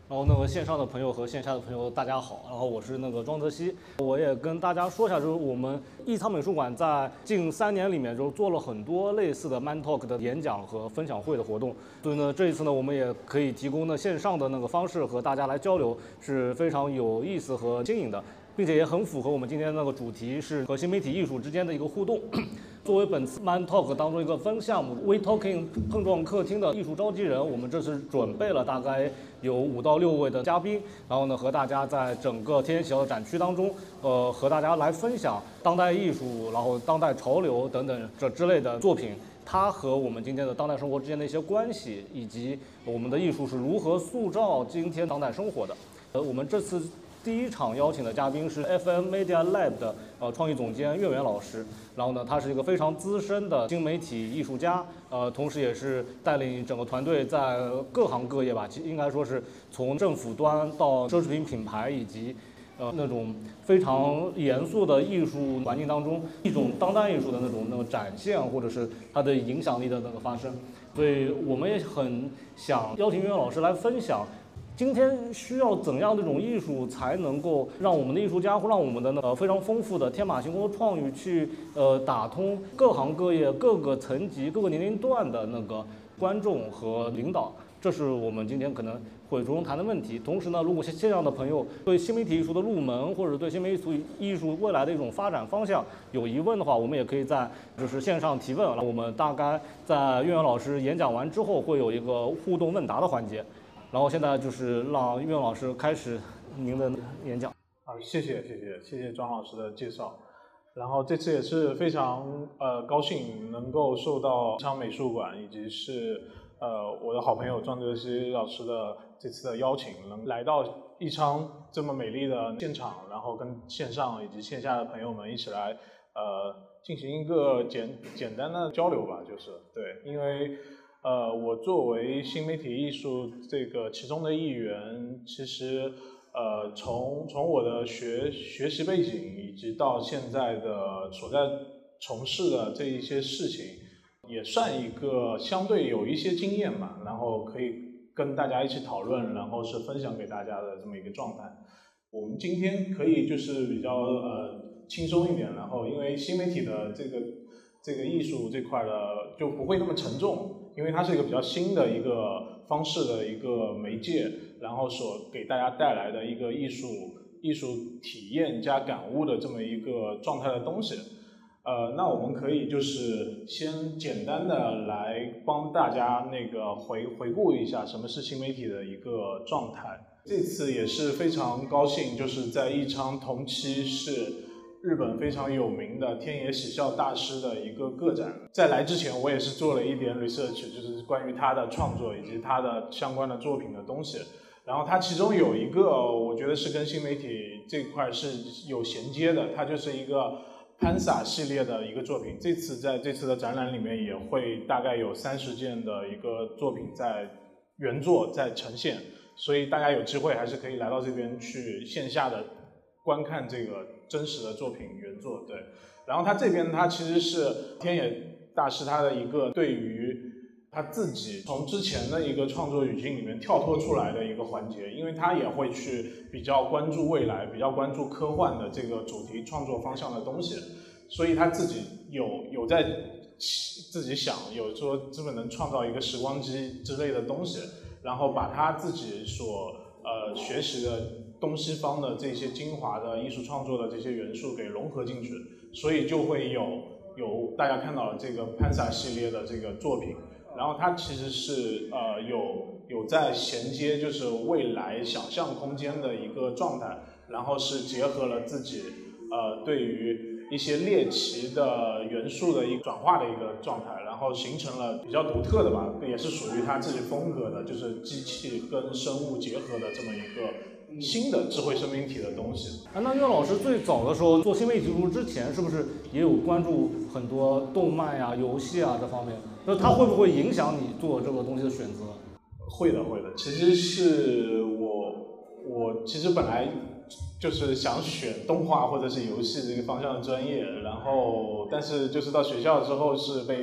然后那个线上的朋友和线下的朋友，大家好。然后我是那个庄泽熙，我也跟大家说一下，就是我们艺仓美术馆在近3年里面，就做了很多类似的 Man Talk 的演讲和分享会的活动。所以呢，这一次呢，我们也可以提供呢线上的那个方式和大家来交流，是非常有意思和新颖的。并且也很符合我们今天那个主题，是和新媒体艺术之间的一个互动。作为本次 Man Talk 当中一个分项目 We Talking 碰撞客厅的艺术召集人，我们这次准备了大概有5到6位的嘉宾，然后呢和大家在整个天天小的展区当中，和大家来分享当代艺术，然后当代潮流等等这之类的作品。它和我们今天的当代生活之间的一些关系，以及我们的艺术是如何塑造今天当代生活的。我们这次第一场邀请的嘉宾是 FM Media Lab 的创意总监岳元老师，然后呢，他是一个非常资深的新媒体艺术家，同时也是带领整个团队在各行各业吧，其实应该说是从政府端到奢侈品品牌以及那种非常严肃的艺术环境当中，一种当代艺术的那种展现，或者是它的影响力的那个发生。所以我们也很想邀请岳元老师来分享。今天需要怎样的一种艺术才能够让我们的艺术家或让我们的非常丰富的天马行空的创意去打通各行各业各个层级各个年龄段的那个观众和领导，这是我们今天可能会着重谈的问题。同时呢，如果线上的朋友对新媒体艺术的入门或者对新媒体艺术未来的一种发展方向有疑问的话，我们也可以在就是线上提问。我们大概在岳元老师演讲完之后会有一个互动问答的环节。然后现在就是让岳老师开始您的演讲。 好，谢谢庄老师的介绍。然后这次也是非常高兴能够受到艺仓美术馆以及是我的好朋友庄泽熙老师的这次的邀请，能来到艺仓这么美丽的现场，然后跟线上以及线下的朋友们一起来进行一个简单的交流吧，就是对，因为我作为新媒体艺术这个其中的一员，其实从我的学习背景以及到现在的所在从事的这一些事情，也算一个相对有一些经验吧，然后可以跟大家一起讨论，然后是分享给大家的这么一个状态。我们今天可以就是比较轻松一点，然后因为新媒体的这个艺术这块的就不会那么沉重，因为它是一个比较新的一个方式的一个媒介，然后所给大家带来的一个艺术体验加感悟的这么一个状态的东西。那我们可以就是先简单的来帮大家那个回顾一下什么是新媒体的一个状态。这次也是非常高兴，就是在艺仓同期是日本非常有名的天野喜孝大师的一个个展。在来之前我也是做了一点 research， 就是关于他的创作以及他的相关的作品的东西。然后他其中有一个我觉得是跟新媒体这块是有衔接的，它就是一个潘萨系列的一个作品。在这次的展览里面也会大概有30件的一个作品在原作在呈现，所以大家有机会还是可以来到这边去线下的观看这个真实的作品原作。对，然后他这边他其实是天野大师他的一个对于他自己从之前的一个创作语境里面跳脱出来的一个环节，因为他也会去比较关注未来，比较关注科幻的这个主题创作方向的东西，所以他自己有在自己想，有说基本能创造一个时光机之类的东西，然后把他自己所学习的东西方的这些精华的艺术创作的这些元素给融合进去，所以就会有大家看到的这个潘萨系列的这个作品。然后它其实是有在衔接就是未来想象空间的一个状态，然后是结合了自己对于一些猎奇的元素的一个转化的一个状态，然后形成了比较独特的吧，也是属于他自己风格的，就是机器跟生物结合的这么一个新的智慧生命体的东西。 那岳老师最早的时候做新媒体艺术之前，是不是也有关注很多动漫呀、游戏啊这方面？那它会不会影响你做这个东西的选择？ 会的。其实是我其实本来就是想选动画或者是游戏这个方向的专业，然后但是就是到学校之后是被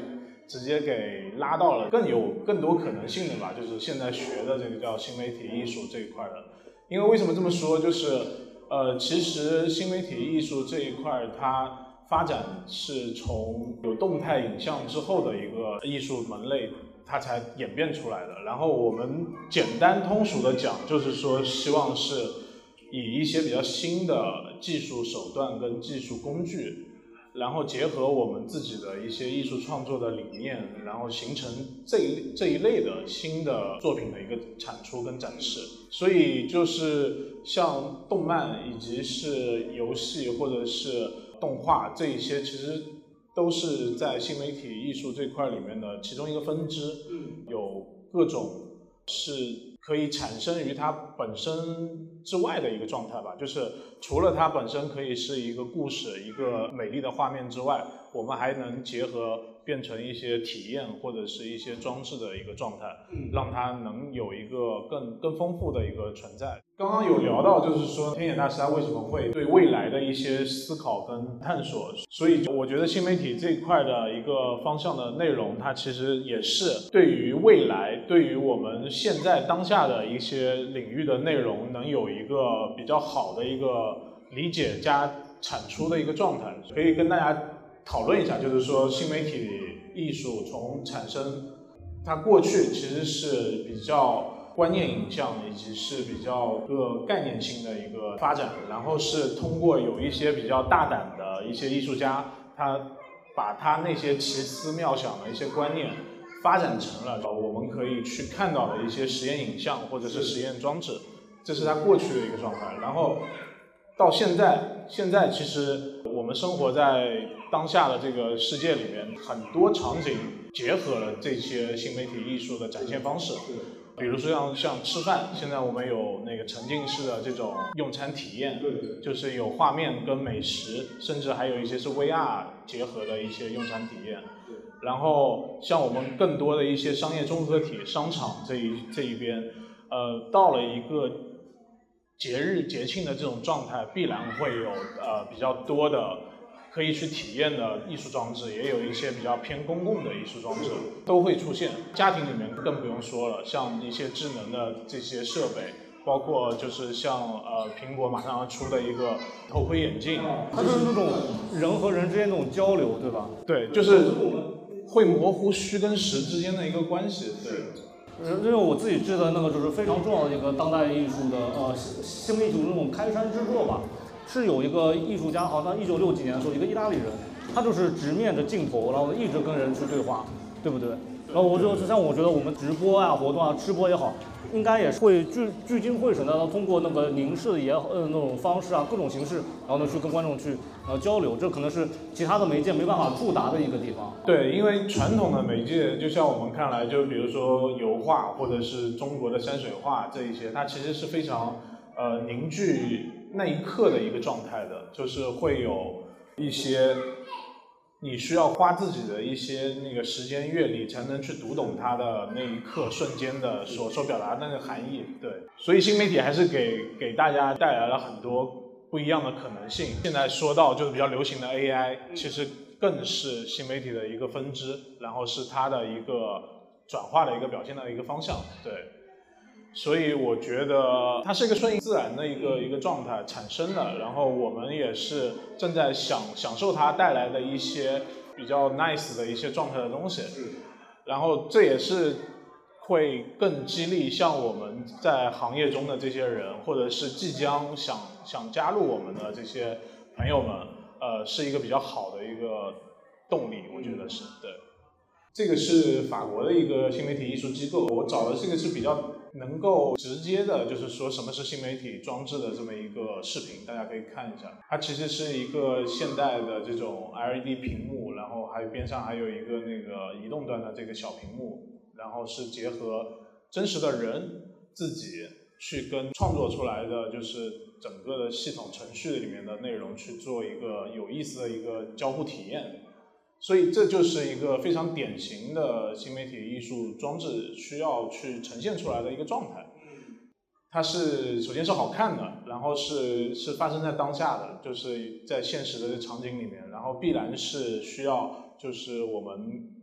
直接给拉到了更多可能性的吧，就是现在学的这个叫新媒体艺术这一块的。因为为什么这么说，就是其实新媒体艺术这一块它发展是从有动态影像之后的一个艺术门类，它才演变出来的。然后我们简单通俗的讲，就是说希望是以一些比较新的技术手段跟技术工具，然后结合我们自己的一些艺术创作的理念，然后形成这一类的新的作品的一个产出跟展示。所以就是像动漫以及是游戏或者是动画这一些，其实都是在新媒体艺术这块里面的其中一个分支。有各种是可以产生于它本身之外的一个状态吧，就是除了它本身可以是一个故事、一个美丽的画面之外，我们还能结合变成一些体验或者是一些装置的一个状态，让它能有一个更丰富的一个存在。刚刚有聊到，就是说天野大师他为什么会对未来的一些思考跟探索，所以我觉得新媒体这一块的一个方向的内容，它其实也是对于未来，对于我们现在当下的一些领域的内容，能有一个比较好的一个理解加产出的一个状态。可以跟大家讨论一下，就是说新媒体艺术从产生，它过去其实是比较观念影像以及是比较个概念性的一个发展，然后是通过有一些比较大胆的一些艺术家，他把他那些奇思妙想的一些观念发展成了我们可以去看到的一些实验影像或者是实验装置，这是他过去的一个状态。然后到现在其实我们生活在当下的这个世界里面，很多场景结合了这些新媒体艺术的展现方式。比如说像吃饭，现在我们有那个沉浸式的这种用餐体验，就是有画面跟美食，甚至还有一些是 VR 结合的一些用餐体验。然后像我们更多的一些商业综合体、商场这一边，到了一个节日节庆的这种状态，必然会有比较多的可以去体验的艺术装置，也有一些比较偏公共的艺术装置都会出现。家庭里面更不用说了，像一些智能的这些设备，包括就是像苹果马上要出的一个头盔眼镜， 它就是那种人和人之间那种交流，对吧？ 对，就是会模糊虚跟实之间的一个关系。对， 因为我自己记得那个就是非常重要的一个当代艺术的新媒体那种开山之作吧。是有一个艺术家，好像1960几年的时候，一个意大利人，他就是直面着镜头，然后一直跟人去对话，对不对？然后我觉得我们直播啊、活动啊、吃播也好，应该也是会聚精会神的通过那个凝视也那种方式啊，各种形式，然后呢去跟观众去交流，这可能是其他的媒介没办法触达的一个地方。 对，因为传统的媒介，就像我们看来，就比如说油画或者是中国的山水画这一些，它其实是非常凝聚那一刻的一个状态的，就是会有一些你需要花自己的一些那个时间阅历才能去读懂它的那一刻瞬间的所表达的那个含义。对，所以新媒体还是给大家带来了很多不一样的可能性。现在说到就是比较流行的 AI， 其实更是新媒体的一个分支，然后是它的一个转化的一个表现的一个方向。对。所以我觉得它是一个顺应自然的一个状态产生的，然后我们也是正在享受它带来的一些比较 nice 的一些状态的东西，然后这也是会更激励像我们在行业中的这些人，或者是即将想加入我们的这些朋友们，是一个比较好的一个动力，我觉得是对。这个是法国的一个新媒体艺术机构，我找的这个是比较能够直接的，就是说什么是新媒体装置的这么一个视频，大家可以看一下。它其实是一个现代的这种 LED 屏幕，然后还有边上还有一个那个移动端的这个小屏幕，然后是结合真实的人自己去跟创作出来的就是整个的系统程序里面的内容去做一个有意思的一个交互体验。所以这就是一个非常典型的新媒体艺术装置需要去呈现出来的一个状态。它是首先是好看的，然后是发生在当下的，就是在现实的场景里面，然后必然是需要就是我们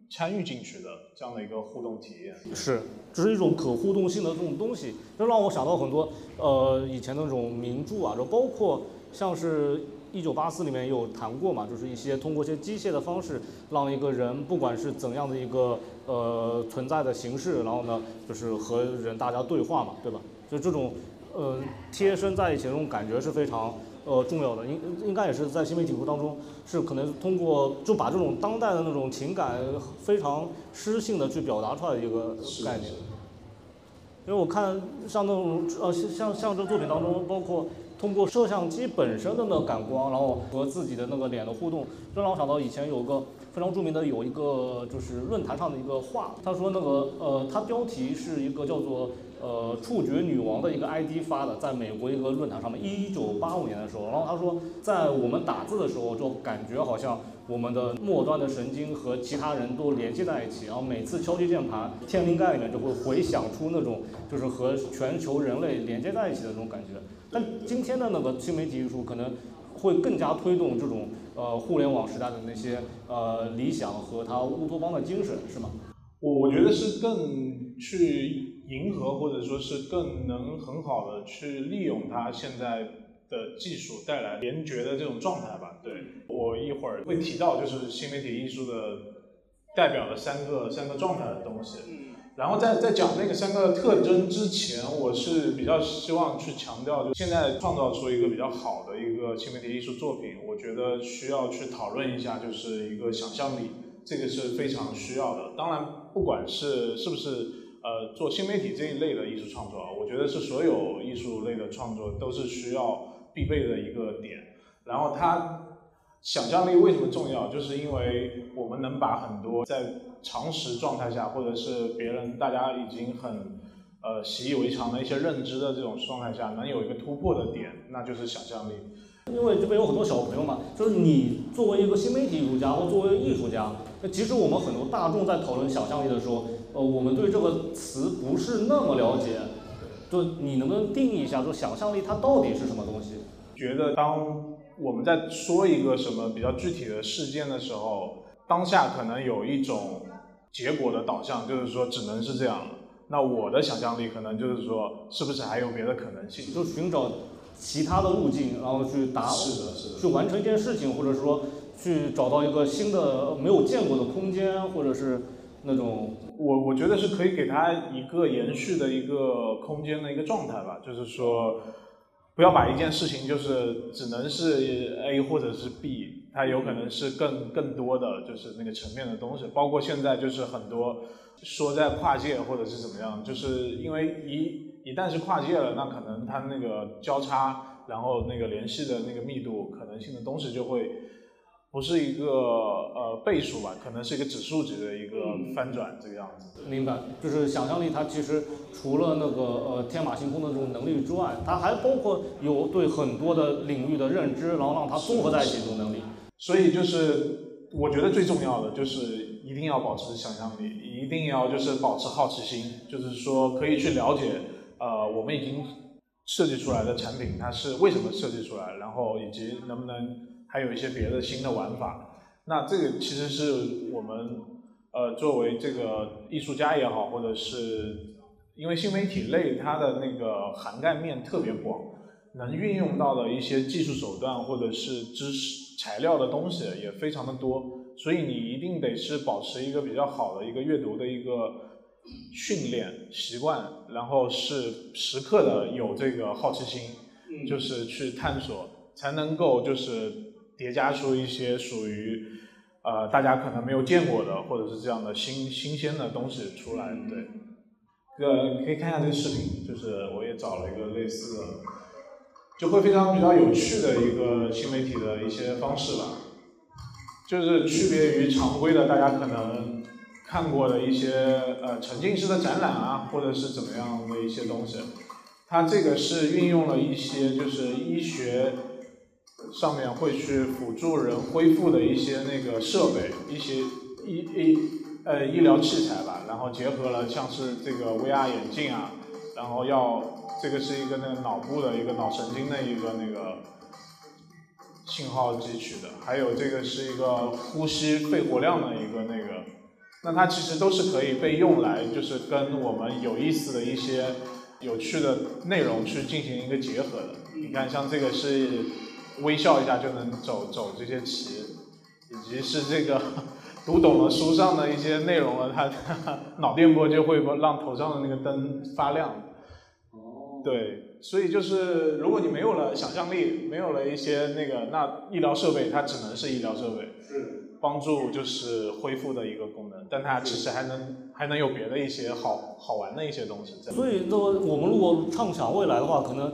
参与进去的这样的一个互动体验。 是，这是一种可互动性的这种东西，就让我想到很多以前的那种名著啊，就包括像是1984里面也有谈过嘛，就是一些通过一些机械的方式，让一个人不管是怎样的一个存在的形式，然后呢就是和人大家对话嘛，对吧？就这种贴身在一起的这种感觉是非常重要的，应该也是在新媒体艺术当中是可能通过就把这种当代的那种情感非常诗性的去表达出来的一个概念。因为我看像那种像这作品当中，包括通过摄像机本身的那个感光，然后和自己的那个脸的互动，就让我想到以前有个非常著名的有一个就是论坛上的一个话，他说那个他标题是一个叫做触觉女王的一个 ID 发的，在美国一个论坛上面，1985年的时候，然后他说在我们打字的时候就感觉好像我们的末端的神经和其他人都联系在一起，然后每次敲击键盘，天灵盖里面就会回响出那种就是和全球人类连接在一起的那种感觉。但今天的那个新媒体艺术可能会更加推动这种互联网时代的那些理想和它乌托邦的精神，是吗？ 我觉得是更去迎合，或者说是更能很好的去利用它现在的技术带来联觉的这种状态吧。对，我一会儿会提到就是新媒体艺术的代表的三个状态的东西。然后在讲那个3个特征之前，我是比较希望去强调，就现在创造出一个比较好的一个新媒体艺术作品，我觉得需要去讨论一下，就是一个想象力，这个是非常需要的。当然，不管是不是做新媒体这一类的艺术创作，我觉得是所有艺术类的创作都是需要必备的一个点。然后它想象力为什么重要？就是因为我们能把很多在常识状态下，或者是别人大家已经很习以为常的一些认知的这种状态下，能有一个突破的点，那就是想象力。 因为这边有很多小朋友嘛，就是你作为一个新媒体艺术家或作为艺术家，那其实我们很多大众在讨论想象力的时候，我们对这个词不是那么了解。就你能不能定义一下，说想象力它到底是什么东西？ 觉得当我们在说一个什么比较具体的事件的时候，当下可能有一种结果的导向，就是说只能是这样。那我的想象力可能就是说，是不是还有别的可能性？ 就寻找其他的路径，然后去去完成一件事情，或者说去找到一个新的没有见过的空间，或者是那种我觉得是可以给它一个延续的一个空间的一个状态吧，就是说不要把一件事情就是只能是 A 或者是 B， 它有可能是更多的就是那个层面的东西，包括现在就是很多说在跨界或者是怎么样，就是因为一旦是跨界了，那可能它那个交叉，然后那个联系的那个密度可能性的东西就会不是一个倍数吧，可能是一个指数级的一个翻转这个样子。 明白，就是想象力它其实除了那个天马行空的这种能力之外，它还包括有对很多的领域的认知，然后让它综合在一起这种能力。 所以就是我觉得最重要的就是一定要保持想象力，一定要就是保持好奇心，就是说可以去了解我们已经设计出来的产品它是为什么设计出来，然后以及能不能还有一些别的新的玩法。那这个其实是我们作为这个艺术家也好，或者是因为新媒体类它的那个涵盖面特别广，能运用到的一些技术手段或者是知识材料的东西也非常的多，所以你一定得是保持一个比较好的一个阅读的一个训练习惯，然后是时刻的有这个好奇心，就是去探索，才能够就是叠加出一些属于大家可能没有见过的，或者是这样的新鲜的东西出来。对，可以看一下这个视频，就是我也找了一个类似的，就会比较有趣的一个新媒体的一些方式吧，就是区别于常规的大家可能看过的一些沉浸式的展览啊，或者是怎么样的一些东西。它这个是运用了一些就是医学上面会去辅助人恢复的一些那个设备，一些医疗器材吧，然后结合了像是这个 VR 眼镜啊，然后这个是一个那个脑部的一个脑神经的一个那个信号汲取的，还有这个是一个呼吸肺活量的一个那个那它其实都是可以被用来就是跟我们有意思的一些有趣的内容去进行一个结合的。你看像这个是微笑一下就能走这些棋，以及是这个读懂了书上的一些内容了，它脑电波就会让头上的那个灯发亮。对，所以就是如果你没有了想象力，没有了一些那个，那医疗设备它只能是医疗设备， 是帮助就是恢复的一个功能，但它其实还能有别的一些好玩的一些东西。 所以我们如果畅想未来的话，可能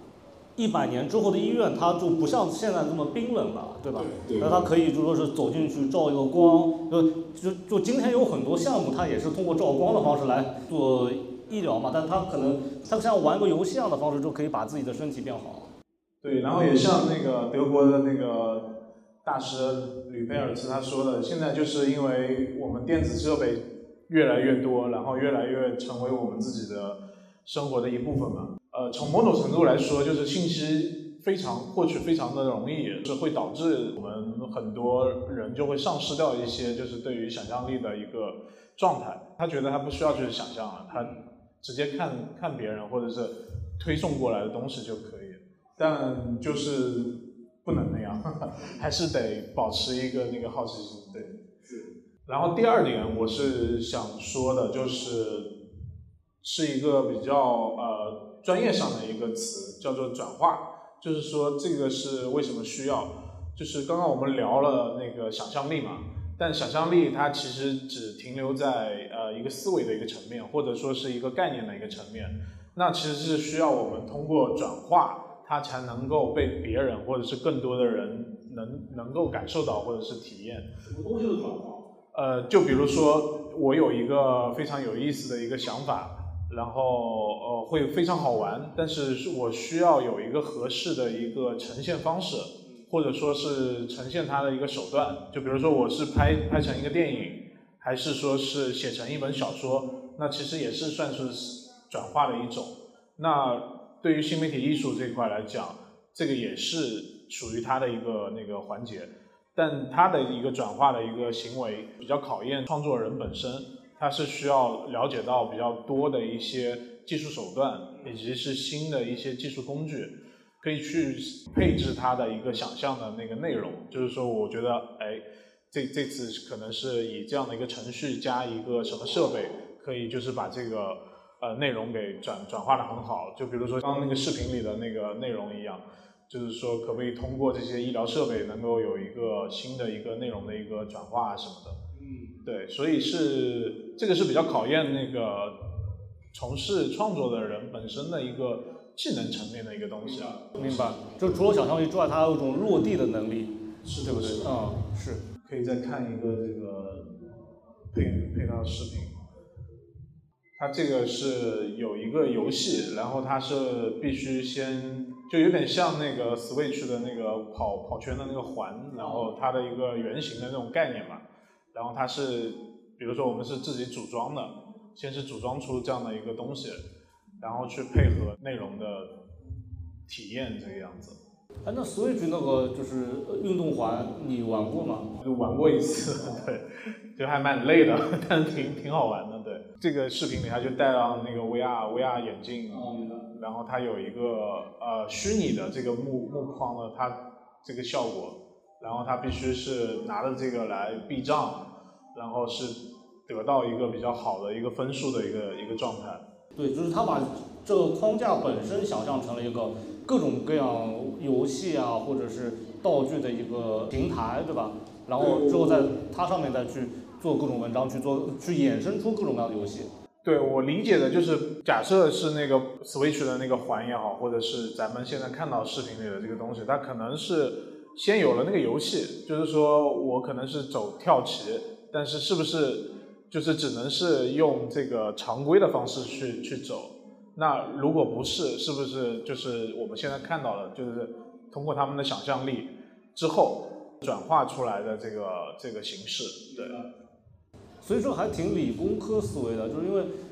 100年之后的医院，它就不像现在这么冰冷了，对吧？那它可以就说是走进去照一个光，就今天有很多项目，它也是通过照光的方式来做医疗嘛，但它可能它像玩个游戏一样的方式，就可以把自己的身体变好。 对，然后也像那个德国的那个大师吕佩尔茨他说的，现在就是因为我们电子设备越来越多，然后越来越成为我们自己的生活的一部分嘛。从某种程度来说，就是信息获取非常的容易，是会导致我们很多人就会丧失掉一些就是对于想象力的一个状态。他觉得他不需要去想象了，他直接看别人或者是推送过来的东西就可以，但就是不能那样，还是得保持一个那个好奇心。对，是。然后第二点我是想说的，是一个比较专业上的一个词，叫做转化。就是说这个是为什么需要？就是刚刚我们聊了那个想象力嘛。但想象力它其实只停留在一个思维的一个层面，或者说是一个概念的一个层面。那其实是需要我们通过转化，它才能够被别人或者是更多的人能够感受到或者是体验。 什么东西的转化？ 就比如说我有一个非常有意思的一个想法，然后会非常好玩，但是我需要有一个合适的一个呈现方式。或者说是呈现它的一个手段，就比如说我是拍成一个电影，还是说是写成一本小说，那其实也是算是转化的一种。那对于新媒体艺术这一块来讲，这个也是属于它的一个那个环节，但它的一个转化的一个行为比较考验创作人本身，他是需要了解到比较多的一些技术手段，以及是新的一些技术工具。可以去配置它的一个想象的那个内容，就是说我觉得这次可能是以这样的一个程序加一个什么设备，可以就是把这个内容给转化的很好。就比如说刚刚那个视频里的那个内容一样，就是说可不可以通过这些医疗设备能够有一个新的一个内容的一个转化什么的。对，所以这个是比较考验那个从事创作的人本身的一个技能层面的一个东西啊。 明白，就除了想象力之外，它还有一种落地的能力，对不对？是。 可以再看一个这个配套视频。它这个是有一个游戏，然后它是必须先就有点像那个 Switch 的那个跑圈的那个环，然后它的一个原型的那种概念嘛。然后它是比如说我们是自己组装的，先是组装出这样的一个东西，然后去配合内容的体验这个样子。 那Switch那个就是运动环，你玩过吗？ 就玩过一次，对，就还蛮累的，但是挺好玩的，对。这个视频里他就戴上那个 VR 眼镜，然后它有一个虚拟的这个幕框的它这个效果，然后他必须是拿着这个来避障，然后是得到一个比较好的一个分数的一个状态。 对，就是他把这个框架本身想象成了一个各种各样游戏啊，或者是道具的一个平台，对吧？然后之后在它上面再去做各种文章，去衍生出各种各样的游戏。 对，我理解的就是，假设是那个 Switch 的那个环也好，或者是咱们现在看到视频里的这个东西，它可能是先有了那个游戏，就是说我可能是走跳棋，但是是不是就是只能是用这个常规的方式去走？那如果不是，是不是就是我们现在看到的，就是通过他们的想象力之后转化出来的这个形式？对。 所以说还挺理工科思维的，就是因为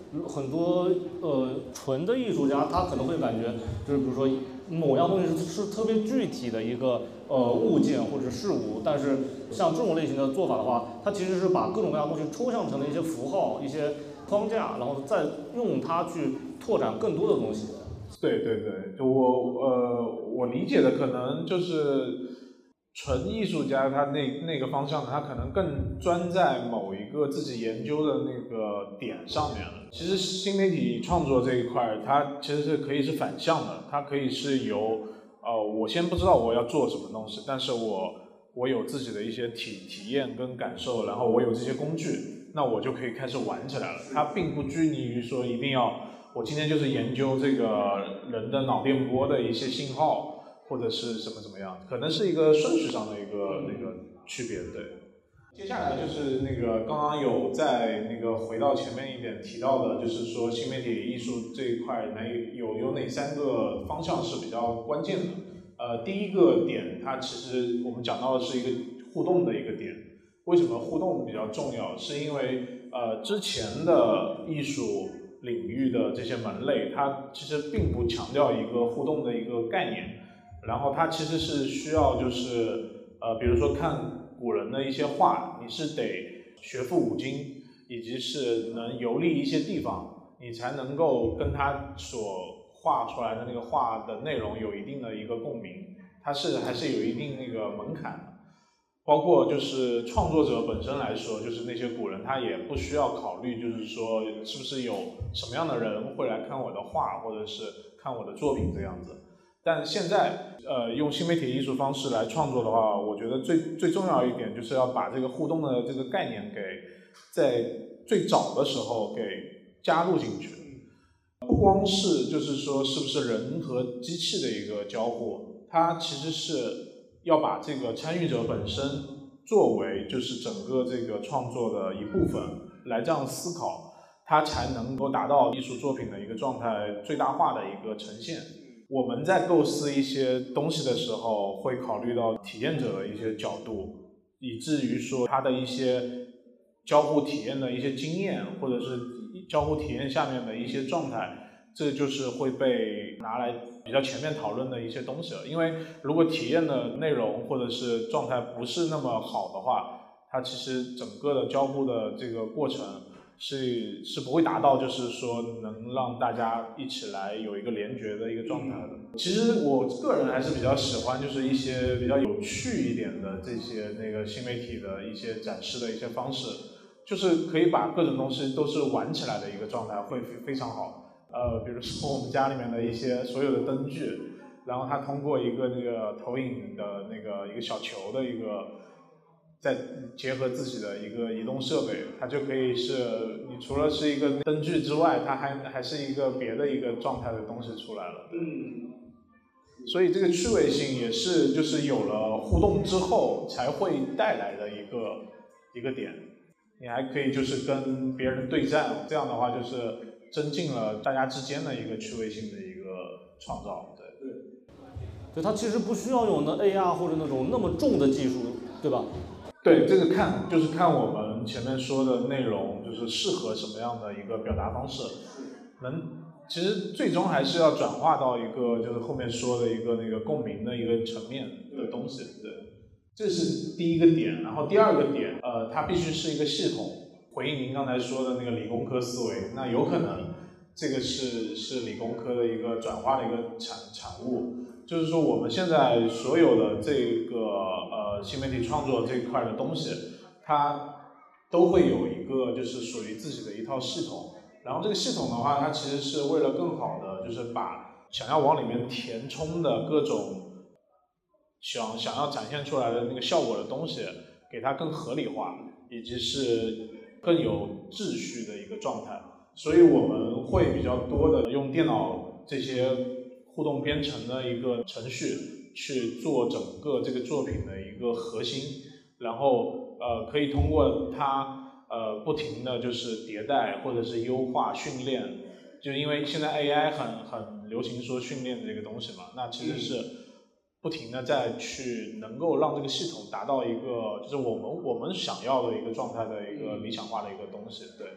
很多纯的艺术家，他可能会感觉就是比如说某样东西是特别具体的一个物件或者事物，但是像这种类型的做法的话，它其实是把各种各样的东西抽象成了一些符号、一些框架，然后再用它去拓展更多的东西。 对对对，就我理解的可能就是纯艺术家他那个方向呢，他可能更专在某一个自己研究的那个点上面。其实新媒体创作这一块，它其实是可以是反向的，它可以是由我先不知道我要做什么东西，但是我有自己的一些体验跟感受，然后我有这些工具，那我就可以开始玩起来了。它并不拘泥于说一定要我今天就是研究这个人的脑电波的一些信号，或者是怎么样，可能是一个顺序上的一个那个区别。对，接下来就是那个刚刚有在那个回到前面一点提到的，就是说新媒体艺术这一块有哪3个方向是比较关键的。第一个点，它其实我们讲到的是一个互动的一个点。为什么互动比较重要？是因为之前的艺术领域的这些门类，它其实并不强调一个互动的一个概念，然后它其实是需要就是比如说看古人的一些画，你是得学富五经，以及是能游历一些地方，你才能够跟他所画出来的那个画的内容有一定的一个共鸣，它还是有一定那个门槛的。包括就是创作者本身来说，就是那些古人他也不需要考虑，就是说是不是有什么样的人会来看我的画，或者是看我的作品这样子。但现在用新媒体艺术方式来创作的话，我觉得最重要一点就是要把这个互动的这个概念在最早的时候给加入进去。不光是就是说是不是人和机器的一个交互，它其实是要把这个参与者本身作为就是整个这个创作的一部分来这样思考，它才能够达到艺术作品的一个状态最大化的一个呈现。我们在构思一些东西的时候，会考虑到体验者的一些角度，以至于说他的一些交互体验的一些经验，或者是交互体验下面的一些状态，这就是会被拿来比较前面讨论的一些东西了。因为如果体验的内容或者是状态不是那么好的话，它其实整个的交互的这个过程是不会达到就是说能让大家一起来有一个联觉的一个状态的。其实我个人还是比较喜欢就是一些比较有趣一点的这些那个新媒体的一些展示的一些方式，就是可以把各种东西都是玩起来的一个状态，会非常好。比如说我们家里面的一些所有的灯具，然后它通过一个那个投影的那个一个小球的一个，再结合自己的一个移动设备，它就可以是你除了是一个灯具之外，它还是一个别的一个状态的东西出来了。所以这个趣味性也是就是有了互动之后才会带来的一个点。你还可以就是跟别人对战，这样的话就是增进了大家之间的一个趣味性的一个创造。 对，它其实不需要有那 AR 或者那种那么重的技术，对吧？ 对，这个就是看我们前面说的内容，就是适合什么样的一个表达方式，其实最终还是要转化到一个就是后面说的一个那个共鸣的一个层面的东西。对，这是第一个点。然后第二个点，它必须是一个系统。回应您刚才说的那个理工科思维，那有可能这个是理工科的一个转化的一个产物。就是说我们现在所有的这个新媒体创作这一块的东西，它都会有一个就是属于自己的一套系统。然后这个系统的话，它其实是为了更好的就是把想要往里面填充的各种想要展现出来的那个效果的东西，给它更合理化，以及是更有秩序的一个状态。所以我们会比较多的用电脑这些互动编程的一个程序去做整个这个作品的一个核心，然后可以通过它不停的就是迭代或者是优化训练。就因为现在 AI 很流行说训练这个东西嘛，那其实是不停的再去能够让这个系统达到一个就是我们想要的一个状态的一个理想化的一个东西。对，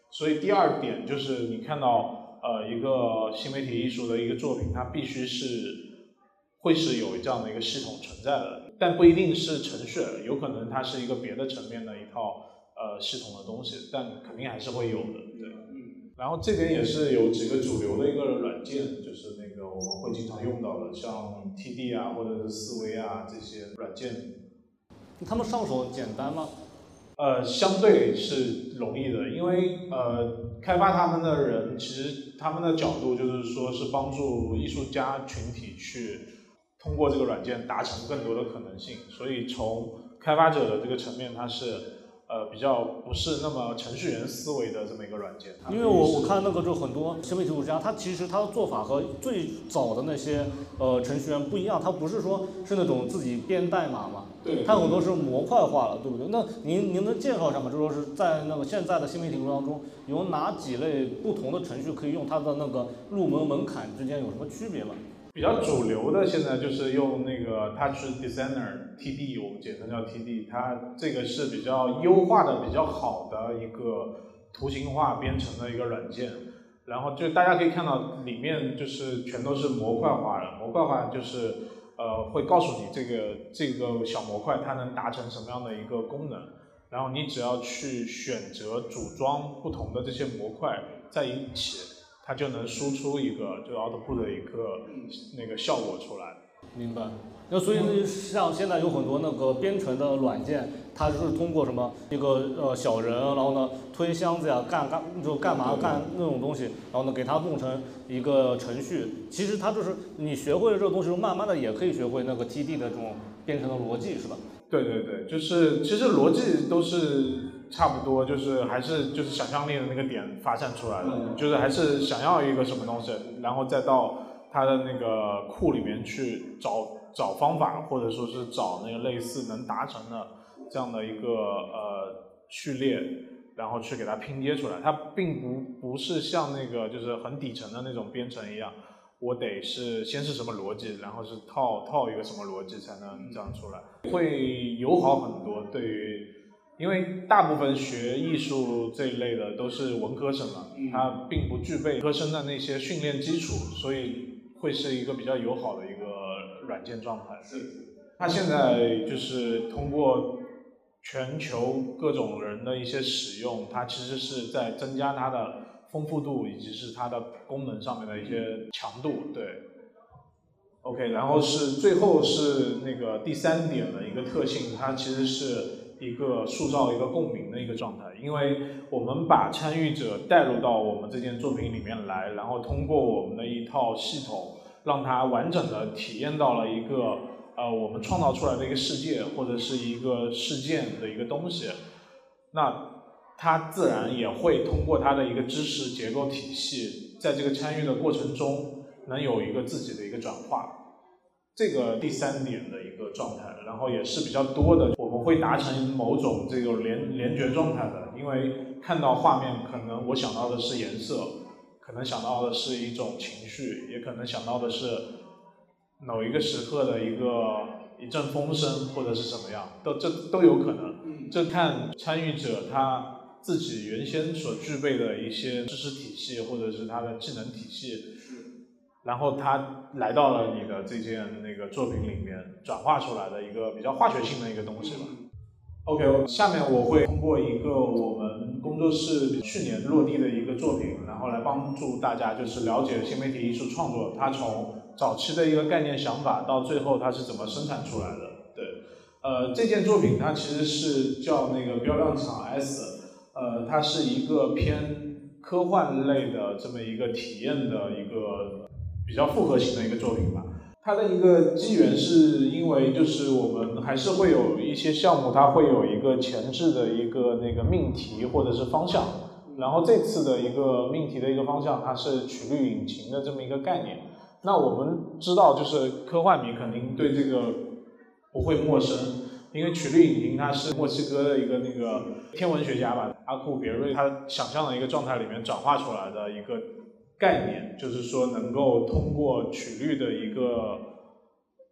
所以第二点就是你看到一个新媒体艺术的一个作品，它必须会是有这样的一个系统存在的，但不一定是程序，有可能它是一个别的层面的一套系统的东西，但肯定还是会有的，对。然后这边也是有几个主流的一个软件，就是那个我们会经常用到的，像 TD 啊或者是思维啊这些软件。 他们上手简单吗？ 相对是容易的，因为开发他们的人其实他们的角度就是说是帮助艺术家群体去通过这个软件达成更多的可能性，所以从开发者的这个层面，它是比较不是那么程序员思维的这么一个软件。 因为我看那个就很多新媒体艺术家，他其实他的做法和最早的那些程序员不一样，他不是说是那种自己编代码嘛， 对， 它很多是模块化了，对不对？那您能介绍一下吗？就说是在那个现在的新媒体艺术当中，有哪几类不同的程序可以用？它的那个入门门槛之间有什么区别吗？ 比较主流的现在就是用那个 Touch Designer TD， 我们简称叫 TD， 它这个是比较优化的、比较好的一个图形化编程的一个软件。然后就大家可以看到里面就是全都是模块化的，模块化就是会告诉你这个小模块它能达成什么样的一个功能，然后你只要去选择组装不同的这些模块在一起。它就能输出一个就 output 的一个那个效果出来。 明白。那所以像现在有很多那个编程的软件，它是通过什么一个小人，然后呢推箱子呀，干嘛干那种东西，然后呢给它弄成一个程序。其实它就是你学会了这个东西，慢慢的也可以学会那个 TD 的这种编程的逻辑，是吧？ 对对对，就是其实逻辑都是差不多，就是还是就是想象力的那个点发散出来的，就是还是想要一个什么东西，然后再到它的那个库里面去找方法，或者说是找那个类似能达成的这样的一个序列，然后去给它拼接出来。它并不是像那个就是很底层的那种编程一样。我得是先是什么逻辑，然后是套一个什么逻辑才能这样出来，会友好很多。对于，因为大部分学艺术这一类的都是文科生嘛，他并不具备科生的那些训练基础，所以会是一个比较友好的一个软件状态。它现在就是通过全球各种人的一些使用，它其实是在增加它的丰富度以及是它的功能上面的一些强度，对。OK， 然后最后是那个第三点的一个特性，它其实是一个塑造一个共鸣的一个状态，因为我们把参与者带入到我们这件作品里面来，然后通过我们的一套系统，让它完整的体验到了一个我们创造出来的一个世界或者是一个事件的一个东西，那它自然也会通过它的一个知识结构体系，在这个参与的过程中能有一个自己的一个转化，这个第三点的一个状态，然后也是比较多的，我们会达成某种这个联觉状态的，因为看到画面可能我想到的是颜色，可能想到的是一种情绪，也可能想到的是某一个时刻的一阵风声或者是什么样，这都有可能，这看参与者他自己原先所具备的一些知识体系或者是他的技能体系，然后他来到了你的这件那个作品里面转化出来的一个比较化学性的一个东西吧。OK， 下面我会通过一个我们工作室去年落地的一个作品，然后来帮助大家就是了解新媒体艺术创作，它从早期的一个概念想法到最后它是怎么生产出来的。对，这件作品它其实是叫那个标量场 S。它是一个偏科幻类的这么一个体验的一个比较复合型的一个作品吧。它的一个机缘是因为就是我们还是会有一些项目，它会有一个前置的一个那个命题或者是方向。然后这次的一个命题的一个方向，它是曲率引擎的这么一个概念。那我们知道，就是科幻迷肯定对这个不会陌生。因为曲率引擎它是墨西哥的一个那个天文学家吧，阿库别瑞，他想象的一个状态里面转化出来的一个概念，就是说能够通过曲率的一个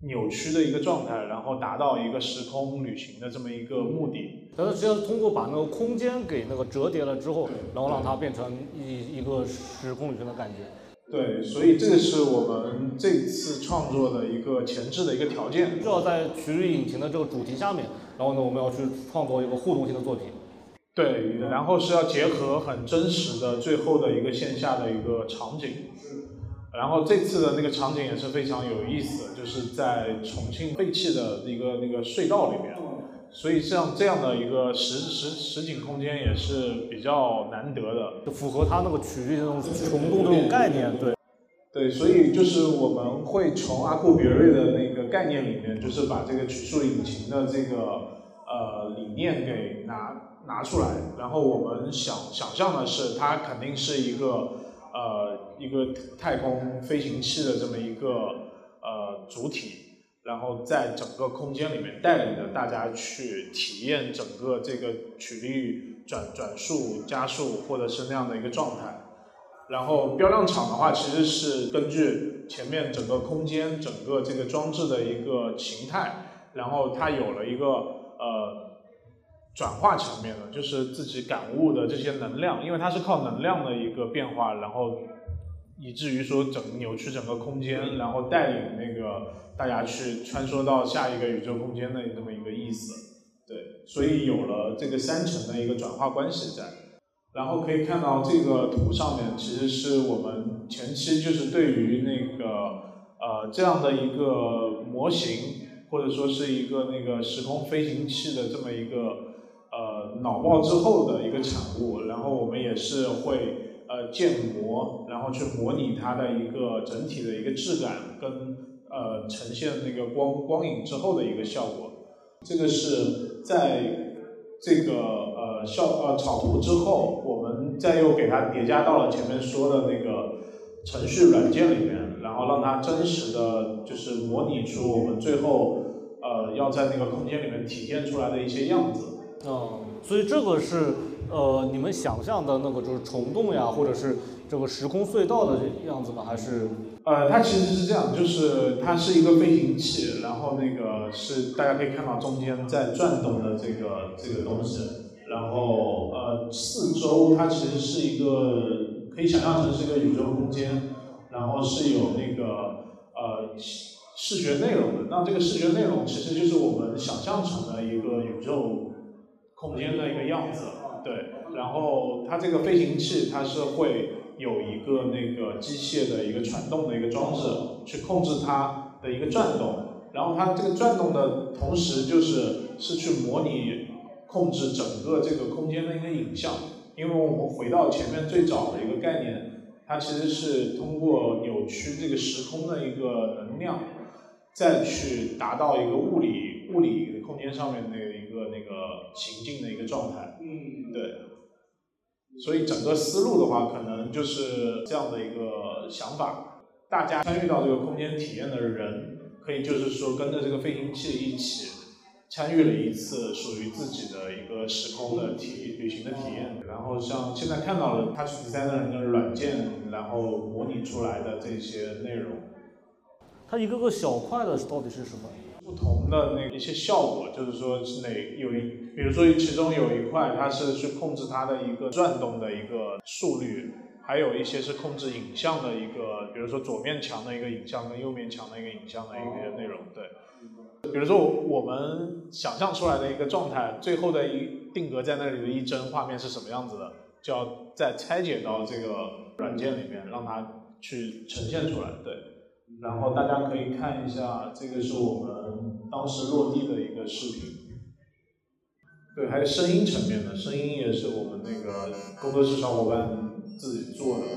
扭曲的一个状态，然后达到一个时空旅行的这么一个目的。 但是实际上通过把那个空间给那个折叠了之后，然后让它变成一个时空旅行的感觉。 对，所以这个是我们这次创作的一个前置的一个条件。 就要在曲率引擎的这个主题下面，然后呢，我们要去创作一个互动性的作品。 对，然后是要结合很真实的最后的一个线下的一个场景。然后这次的那个场景也是非常有意思的，就是在重庆废弃的一个那个隧道里面，所以像这样的一个实景空间也是比较难得的， 就符合它那个曲率那种虫洞的那种概念。 对，所以就是我们会从阿库别瑞的那个概念里面，就是把这个曲数引擎的这个理念给拿出来，然后我们想象的是它肯定是一个太空飞行器的这么一个主体，然后在整个空间里面带领着大家去体验整个这个曲率转速、加速或者是那样的一个状态。然后标量场的话，其实是根据前面整个空间、整个这个装置的一个形态，然后它有了一个转化层面的，就是自己感悟的这些能量，因为它是靠能量的一个变化，然后以至于说扭曲整个空间，然后带领那个大家去穿梭到下一个宇宙空间的这么一个意思。对，所以有了这个3层的一个转化关系在。然后可以看到这个图上面，其实是我们前期就是对于那个这样的一个模型，或者说是一个那个时空飞行器的这么一个脑爆之后的一个产物，然后我们也是会建模，然后去模拟它的一个整体的一个质感跟呈现那个光影之后的一个效果。这个是在这个草图之后，我们再又给它叠加到了前面说的那个程序软件里面，然后让它真实的就是模拟出我们最后要在那个空间里面体现出来的一些样子。 所以这个是你们想象的那个就是虫洞呀，或者是这个时空隧道的样子呢，还是？ 它其实是这样，就是它是一个飞行器，然后那个是大家可以看到中间在转动的这个东西，然后四周它其实是一个可以想象成是一个宇宙空间，然后是有那个视觉内容的。那这个视觉内容其实就是我们想象成的一个宇宙空间的一个样子，对。然后它这个飞行器它是会有一个那个机械的一个传动的一个装置，去控制它的一个转动。然后它这个转动的同时是去模拟控制整个这个空间的一个影像。因为我们回到前面最早的一个概念，它其实是通过扭曲这个时空的一个能量，再去达到一个物理空间上面的一个那个情境的一个状态。对。所以整个思路的话，可能就是这样的一个想法。大家参与到这个空间体验的人，可以就是说跟着这个飞行器一起参与了一次属于自己的一个时空的旅行的体验。然后像现在看到的 Touch Designer 的软件，然后模拟出来的这些内容， 它一个个小块的到底是什么？ 不同的那一些效果，就是说是比如说其中有一块它是去控制它的一个转动的一个速率，还有一些是控制影像的一个，比如说左面墙的一个影像跟右面墙的一个影像的一个内容。对，比如说我们想象出来的一个状态，最后的定格在那里的一帧画面是什么样子的，就要再拆解到这个软件里面，让它去呈现出来。对。然后大家可以看一下，这个是我们当时落地的一个视频。对，还有声音层面的，声音也是我们那个工作室小伙伴自己做的。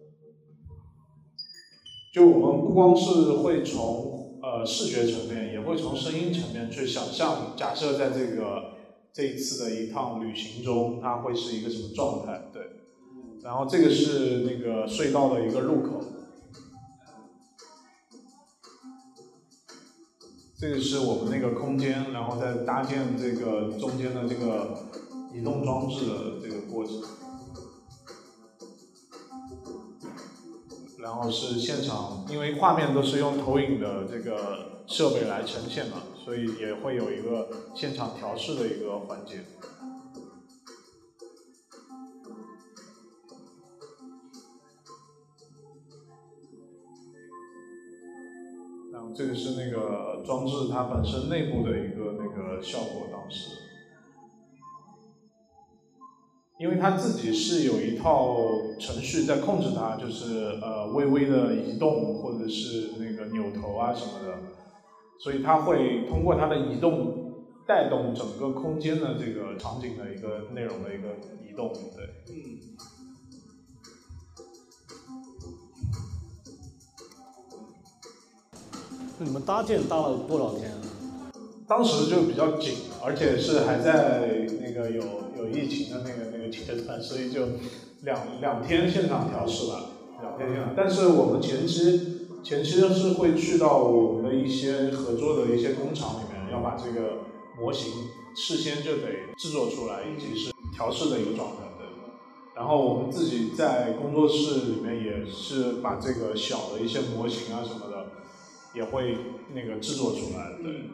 就我们不光是会从视觉层面，也会从声音层面去想象，假设在这一次的一趟旅行中，它会是一个什么状态。对。然后这个是那个隧道的一个入口。这个是我们那个空间，然后再搭建这个中间的这个移动装置的这个过程。 然后是现场，因为画面都是用投影的这个设备来呈现嘛，所以也会有一个现场调试的一个环节。然后这个是那个装置它本身内部的一个那个效果，当时。因为它自己是有一套程序在控制它，就是微微的移动或者是那个扭头啊什么的，所以它会通过它的移动带动整个空间的这个场景的一个内容的一个移动，对。 那你们搭建搭了多少天？ 当时就比较紧，而且是还在那个有疫情的那个阶段，所以就两天现场调试吧，2天现场。但是我们前期是会去到我们的一些合作的一些工厂里面，要把这个模型事先就得制作出来，以及是调试的一个状态。对。然后我们自己在工作室里面也是把这个小的一些模型啊什么的，也会那个制作出来。对。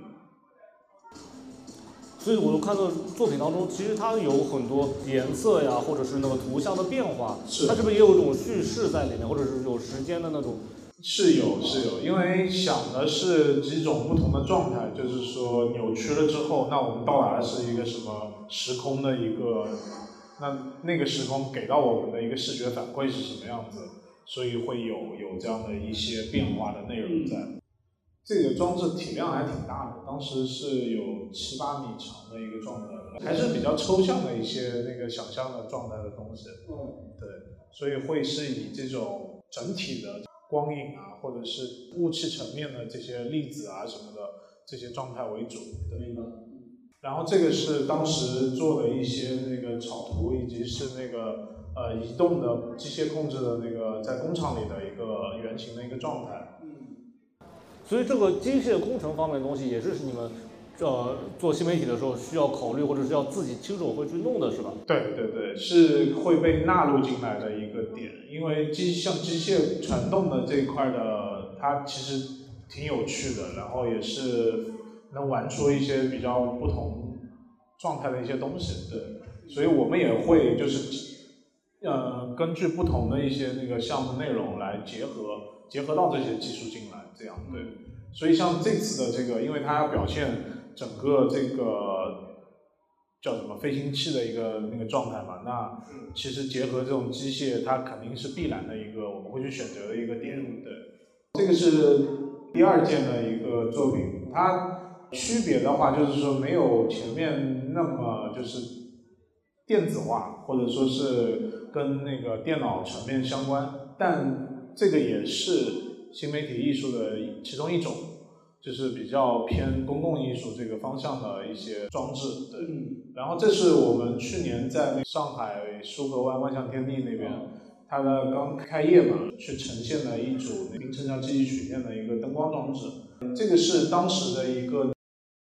所以我就看到作品当中，其实它有很多颜色呀，或者是那个图像的变化，它是不是也有一种叙事在里面，或者是有时间的那种？ 是有，因为想的是几种不同的状态，就是说扭曲了之后，那我们到达的是一个什么时空的一个，那个时空给到我们的一个视觉反馈是什么样子，所以会有这样的一些变化的内容在。这个装置体量还挺大的，当时是有7、8米长的一个状态，还是比较抽象的一些那个想象的状态的东西。对，所以会是以这种整体的光影啊，或者是雾气层面的这些粒子啊什么的这些状态为主。对。然后这个是当时做的一些那个草图，以及是那个移动的机械控制的那个在工厂里的一个原型的一个状态。 所以这个机械工程方面的东西也是你们做新媒体的时候需要考虑，或者是要自己亲手会去弄的是吧？ 对，是会被纳入进来的一个点，因为像机械传动的这一块的，它其实挺有趣的，然后也是能玩出一些比较不同状态的一些东西。对，所以我们也会就是根据不同的一些那个项目内容来结合到这些技术进来，这样。对。所以像这次的这个，因为它要表现整个这个叫什么飞行器的一个那个状态嘛，那其实结合这种机械，它肯定是必然的一个我们会去选择的一个点。对，这个是第2件的一个作品，它区别的话就是说没有前面那么就是电子化，或者说是跟那个电脑层面相关，但这个也是新媒体艺术的其中一种，就是比较偏公共艺术这个方向的一些装置。对。然后这是我们去年在上海苏河湾万象天地那边，它的刚开业嘛，去呈现了一组名称叫记忆曲线的一个灯光装置。这个是当时的一个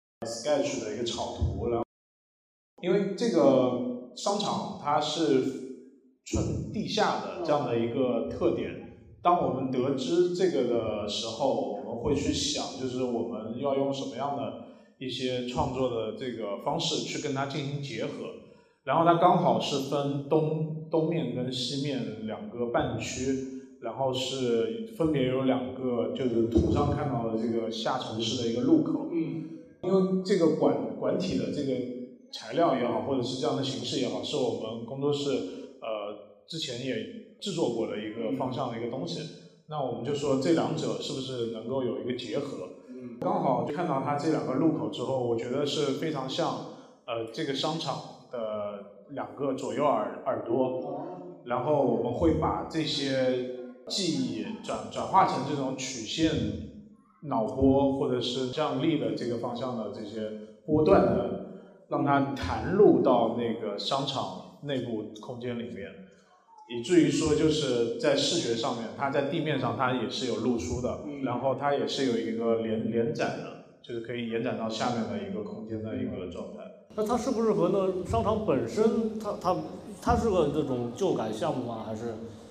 sketch 的一个草图，然后因为这个商场它是纯地下的这样的一个特点。当我们得知这个的时候，我们会去想，就是我们要用什么样的一些创作的这个方式去跟它进行结合。然后它刚好是分东面跟西面2个半区，然后是分别有2个就是图上看到的这个下沉式的一个入口。因为这个管体的这个材料也好，或者是这样的形式也好，是我们工作室之前也制作过的一个方向的一个东西。那我们就说这2者是不是能够有一个结合。刚好看到它这2个入口之后，我觉得是非常像这个商场的2个左右耳朵，然后我们会把这些记忆转化成这种曲线脑波或者是张力的这个方向的这些波段的，让它弹入到那个商场内部空间里面，以至于说就是在视觉上面，它在地面上它也是有露出的，然后它也是有一个连展的，就是可以延展到下面的一个空间的一个状态。 那它是不是和那商场本身，它是个这种旧改项目吗？还是？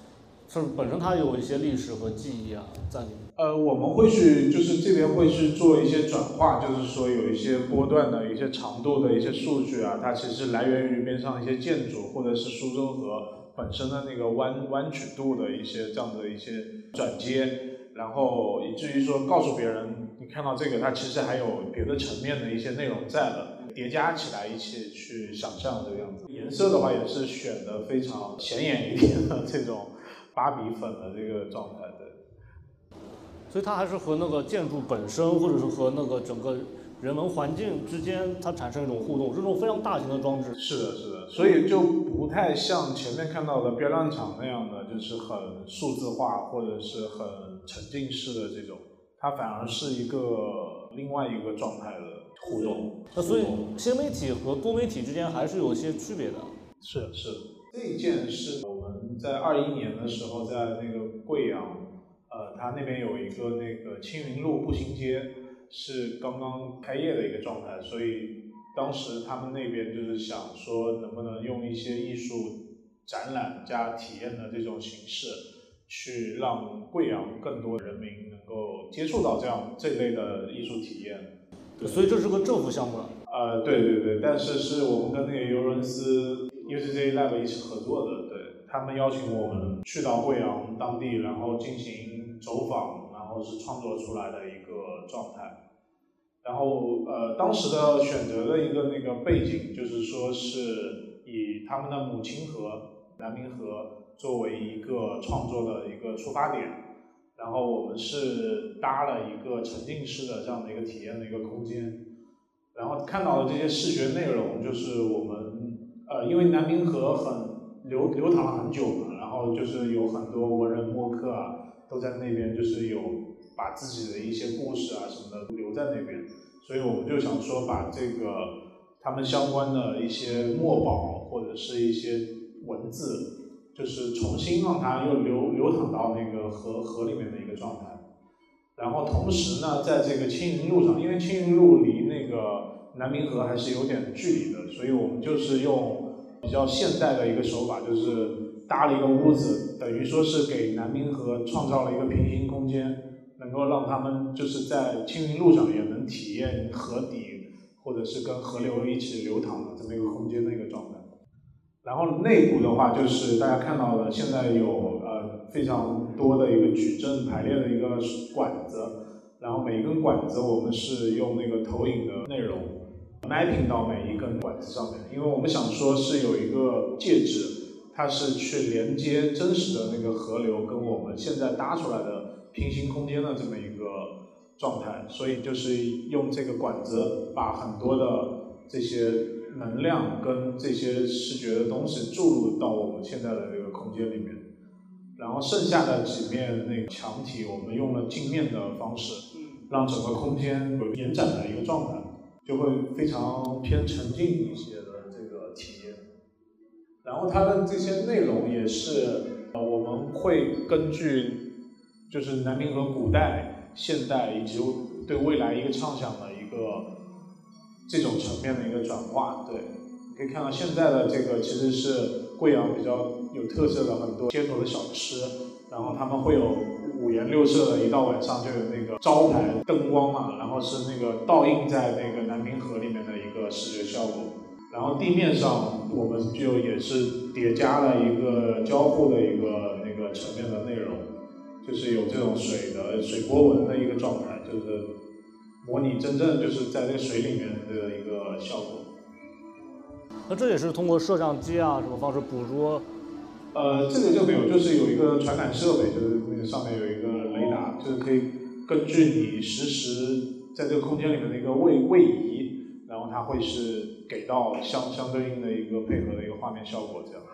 是本身它有一些历史和记忆啊在里面。 我们会去，就是这边会去做一些转化，就是说有一些波段的一些长度的一些数据啊，它其实来源于边上一些建筑，或者是苏州河本身的那个弯曲度的一些这样的一些转接，然后以至于说告诉别人，你看到这个，它其实还有别的层面的一些内容在的，叠加起来一起去想象这个样子。颜色的话也是选的非常显眼一点的这种芭比粉的这个状态的。 所以它还是和那个建筑本身，或者是和那个整个人文环境之间，它产生一种互动，这种非常大型的装置。 是的，是的，所以就不太像前面看到的标亮厂那样的，就是很数字化或者是很沉浸式的这种，它反而是一个另外一个状态的互动。 那所以新媒体和多媒体之间还是有些区别的。 是的，是的。这一件是我们在21年的时候在那个贵阳。它那边有一个那个青云路步行街，是刚刚开业的一个状态，所以当时他们那边就是想说，能不能用一些艺术展览加体验的这种形式，去让贵阳更多人民能够接触到这类的艺术体验。 所以这是个政府项目。 对对对，但是是我们跟那个尤伦斯 UCJ Lab 一起合作的，对，他们邀请我们去到贵阳当地，然后进行走访，然后是创作出来的一个状态。然后当时的选择的一个那个背景，就是说是以他们的母亲河南明河作为一个创作的一个出发点，然后我们是搭了一个沉浸式的这样的一个体验的一个空间，然后看到的这些视觉内容，就是我们因为南明河很流淌了很久嘛，然后就是有很多文人墨客啊，都在那边就是有把自己的一些故事啊什么的留在那边，所以我们就想说把这个他们相关的一些墨宝或者是一些文字，就是重新让它又流淌到那个河里面的一个状态。然后同时呢，在这个青云路上，因为青云路离那个南明河还是有点距离的，所以我们就是用比较现代的一个手法，就是搭了一个屋子，等于说是给南明河创造了一个平行空间，能够让他们就是在青云路上也能体验河底或者是跟河流一起流淌的这么一个空间的一个状态。然后内部的话，就是大家看到的，现在有非常多的一个矩阵排列的一个管子，然后每一根管子我们是用那个投影的内容 mapping 到每一根管子上面，因为我们想说是有一个介质，它是去连接真实的那个河流跟我们现在搭出来的平行空间的这么一个状态，所以就是用这个管子把很多的这些能量跟这些视觉的东西注入到我们现在的这个空间里面，然后剩下的几面那个墙体我们用了镜面的方式，让整个空间有延展的一个状态，就会非常偏沉浸一些的这个体验。然后它的这些内容也是我们会根据就是南明河古代、现代以及对未来一个畅想的一个这种层面的一个转化。对，你可以看到现在的这个其实是贵阳比较有特色的很多街头的小吃，然后他们会有五颜六色的，一到晚上就有那个招牌灯光嘛，然后是那个倒映在那个南明河里面的一个视觉效果。然后地面上我们就也是叠加了一个交互的一个那个层面的内容，就是有这种水波纹的一个状态，就是模拟真正就是在这个水里面的一个效果。 那这也是通过摄像机啊什么方式捕捉？ 这个就没有，就是有一个传感设备，就是那个上面有一个雷达，就是可以根据你实时在这个空间里面的一个位移，然后它会是给到相对应的一个配合的一个画面效果这样的。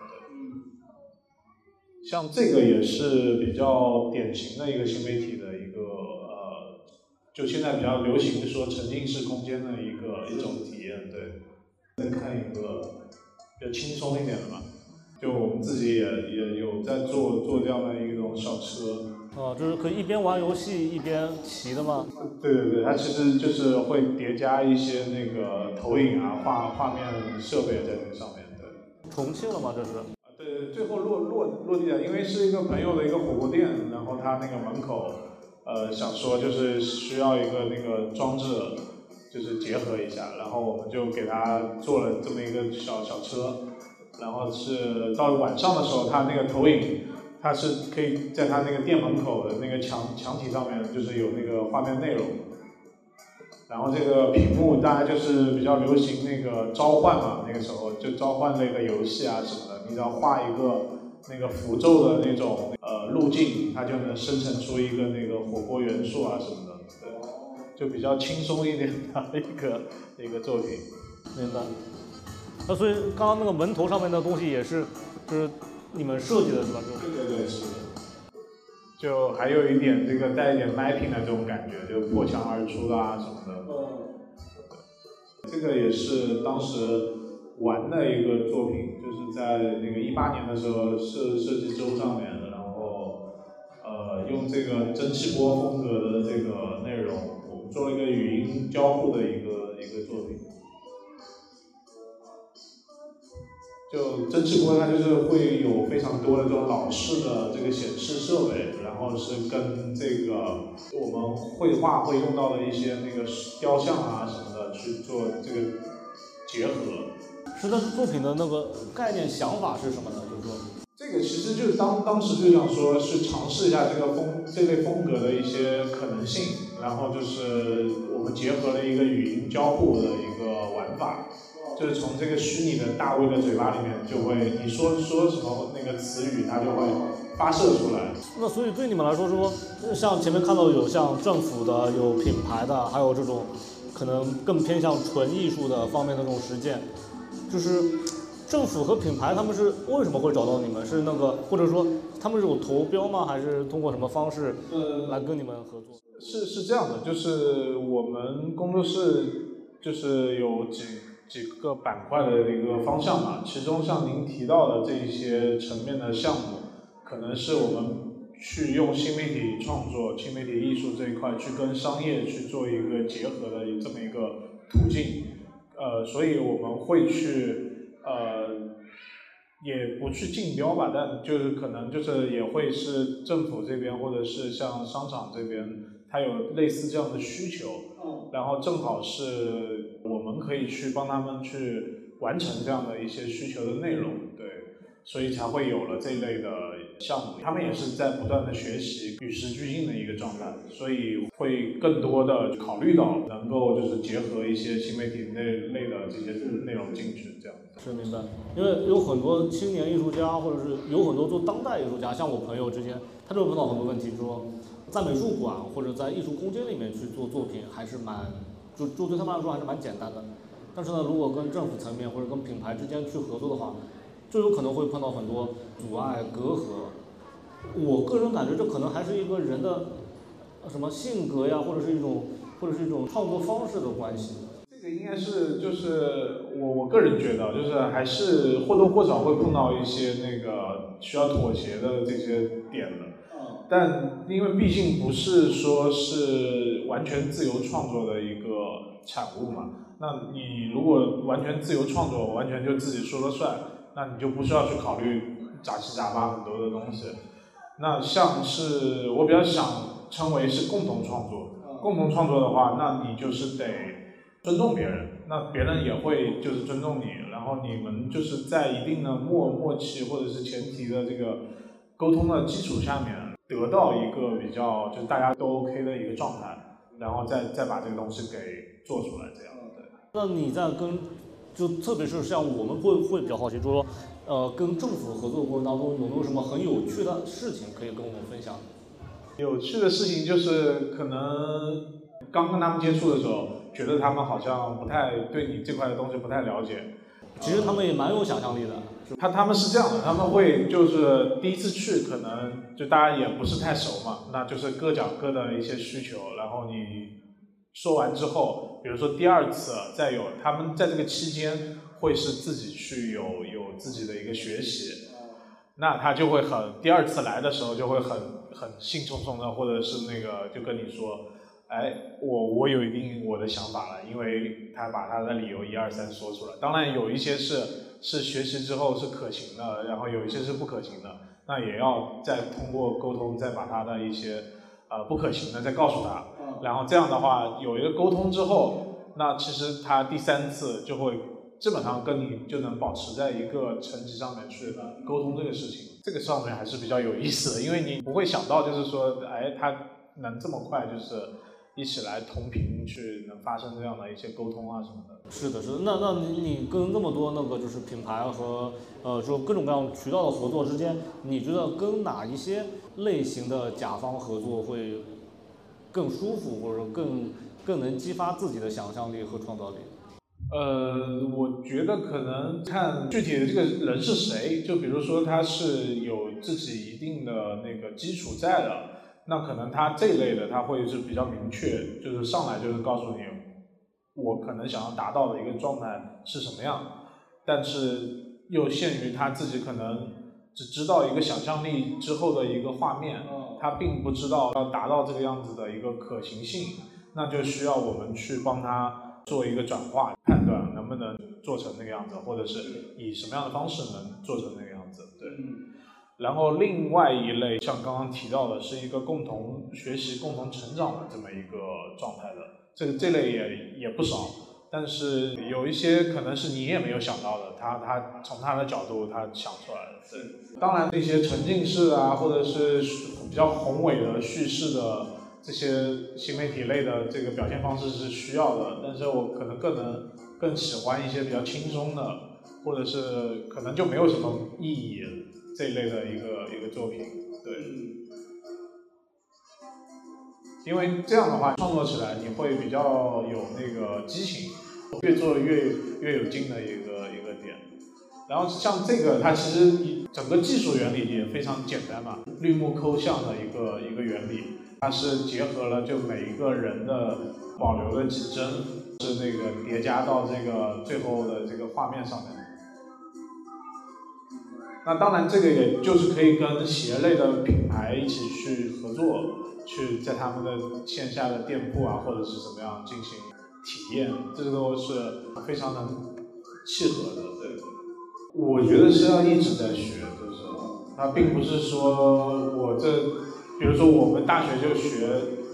像这个也是比较典型的一个新媒体的一个就现在比较流行说沉浸式空间的一种体验。对，再看一个比较轻松一点的吧，就我们自己也有在做这样的一种小车。 就是可以一边玩游戏一边骑的吗？ 对对对，它其实就是会叠加一些那个投影啊、画面设备在这个上面。对， 重庆了吗？这是？ 对对对，最后落地了，因为是一个朋友的一个火锅店，然后他那个门口，想说就是需要一个那个装置，就是结合一下，然后我们就给他做了这么一个小车，然后是到了晚上的时候，他那个投影，它是可以在他那个店门口的那个墙体上面，就是有那个画面内容。然后这个屏幕大概就是比较流行那个召唤嘛，那个时候就召唤类的游戏啊什么的，你只要画一个那个符咒的那种路径，它就能生成出一个那个火锅元素啊什么的，对，就比较轻松一点的一个作品。 明白。那所以刚刚那个门头上面的东西也是，就是你们设计的是吧？ 对，是的。就还有一点这个带一点 mapping 的这种感觉，就破墙而出啊什么的。这个也是当时玩的一个作品，就是在那个18年的时候设计周上面，然后用这个蒸汽波风格的这个内容，我们做了一个语音交互的一个作品。就蒸汽波它就是会有非常多的这种老式的这个显示设备，然后是跟这个我们绘画会用到的一些那个雕像啊什么的去做这个结合。 是那作品的那个概念想法是什么呢？就是说， 这个其实就是当时就想说是尝试一下这类风格的一些可能性，然后就是我们结合了一个语音交互的一个玩法。就是从这个虚拟的大 V 的嘴巴里面，就会你说什么那个词语，它就会发射出来。 那所以对你们来说说，像前面看到有像政府的、有品牌的，还有这种可能更偏向纯艺术的方面的这种实践，就是政府和品牌他们是为什么会找到你们？是那个或者说他们是有投标吗？还是通过什么方式来跟你们合作？ 是这样的，就是我们工作室就是有几个板块的一个方向嘛，其中像您提到的这一些层面的项目，可能是我们去用新媒体创作、新媒体艺术这一块去跟商业去做一个结合的这么一个途径，所以我们会去也不去竞标吧，但就是可能就是也会是政府这边或者是像商场这边，它有类似这样的需求。然后正好是我们可以去帮他们去完成这样的一些需求的内容，对，所以才会有了这一类的项目。他们也是在不断的学习、与时俱进的一个状态，所以会更多的考虑到能够就是结合一些新媒体类的这些内容进去，这样。 是明白，因为有很多青年艺术家，或者是有很多做当代艺术家，像我朋友之间，他就会碰到很多问题，说在美术馆或者在艺术空间里面去做作品，还是就对他们来说还是蛮简单的。但是呢，如果跟政府层面或者跟品牌之间去合作的话，就有可能会碰到很多阻碍、隔阂。我个人感觉，这可能还是一个人的什么性格呀，或者是一种创作方式的关系。 这个应该是就是我个人觉得，就是还是或多或少会碰到一些那个需要妥协的这些点的。但因为毕竟不是说是完全自由创作的一个产物嘛，那你如果完全自由创作，完全就自己说了算，那你就不需要去考虑杂七杂八很多的东西。那像是我比较想称为是共同创作，共同创作的话，那你就是得尊重别人，那别人也会就是尊重你，然后你们就是在一定的默契或者是前提的这个沟通的基础下面，得到一个比较就是大家都 OK 的一个状态，然后再把这个东西给做出来，这样。对。 那你在就特别是像我们会比较好奇，就是说，跟政府合作的过程当中，有没有什么很有趣的事情可以跟我们分享？ 有趣的事情就是可能刚跟他们接触的时候，觉得他们好像不太对你这块的东西不太了解。 其实他们也蛮有想象力的。 他们是这样的，他们会就是第一次去，可能就大家也不是太熟嘛，那就是各讲各的一些需求，然后你说完之后，比如说第二次再有，他们在这个期间会是自己去有自己的一个学习，那他就会第二次来的时候就会很兴冲冲的，或者是那个就跟你说，哎，我有一定我的想法了，因为他把他的理由1、2、3说出来。当然有一些是是学习之后是可行的，然后有一些是不可行的，那也要再通过沟通再把他的一些不可行的再告诉他，然后这样的话有一个沟通之后，那其实他第3次就会基本上跟你就能保持在一个层级上面去沟通这个事情，这个上面还是比较有意思的，因为你不会想到就是说，哎，他能这么快就是一起来同频去能发生这样的一些沟通啊什么的。 是的，是的。那你跟那么多那个就是品牌和说各种各样渠道的合作之间，你觉得跟哪一些类型的甲方合作会更舒服，或者更能激发自己的想象力和创造力？ 我觉得可能看具体的这个人是谁，就比如说他是有自己一定的那个基础在的，那可能他这一类的他会是比较明确，就是上来就是告诉你，我可能想要达到的一个状态是什么样，但是又限于他自己可能只知道一个想象力之后的一个画面，他并不知道要达到这个样子的一个可行性，那就需要我们去帮他做一个转化，判断能不能做成那个样子，或者是以什么样的方式能做成那个样子。对。然后另外一类像刚刚提到的是一个共同学习、共同成长的这么一个状态的，这类也不少，但是有一些可能是你也没有想到的，他从他的角度他想出来的。对，当然那些沉浸式啊，或者是比较宏伟的叙事的这些新媒体类的这个表现方式是需要的，但是我可能更喜欢一些比较轻松的，或者是可能就没有什么意义这一类的一个作品。对，因为这样的话创作起来你会比较有那个激情，越做越有劲的一个点。然后像这个它其实整个技术原理也非常简单嘛，绿幕抠像的一个原理，它是结合了就每一个人的保留的几帧是那个叠加到这个最后的这个画面上面。那当然这个也就是可以跟企业类的品牌一起去合作，去在他们的线下的店铺啊或者是怎么样进行体验，这个都是非常能契合的。对，我觉得是要一直在学，就是它并不是说我比如说我们大学就学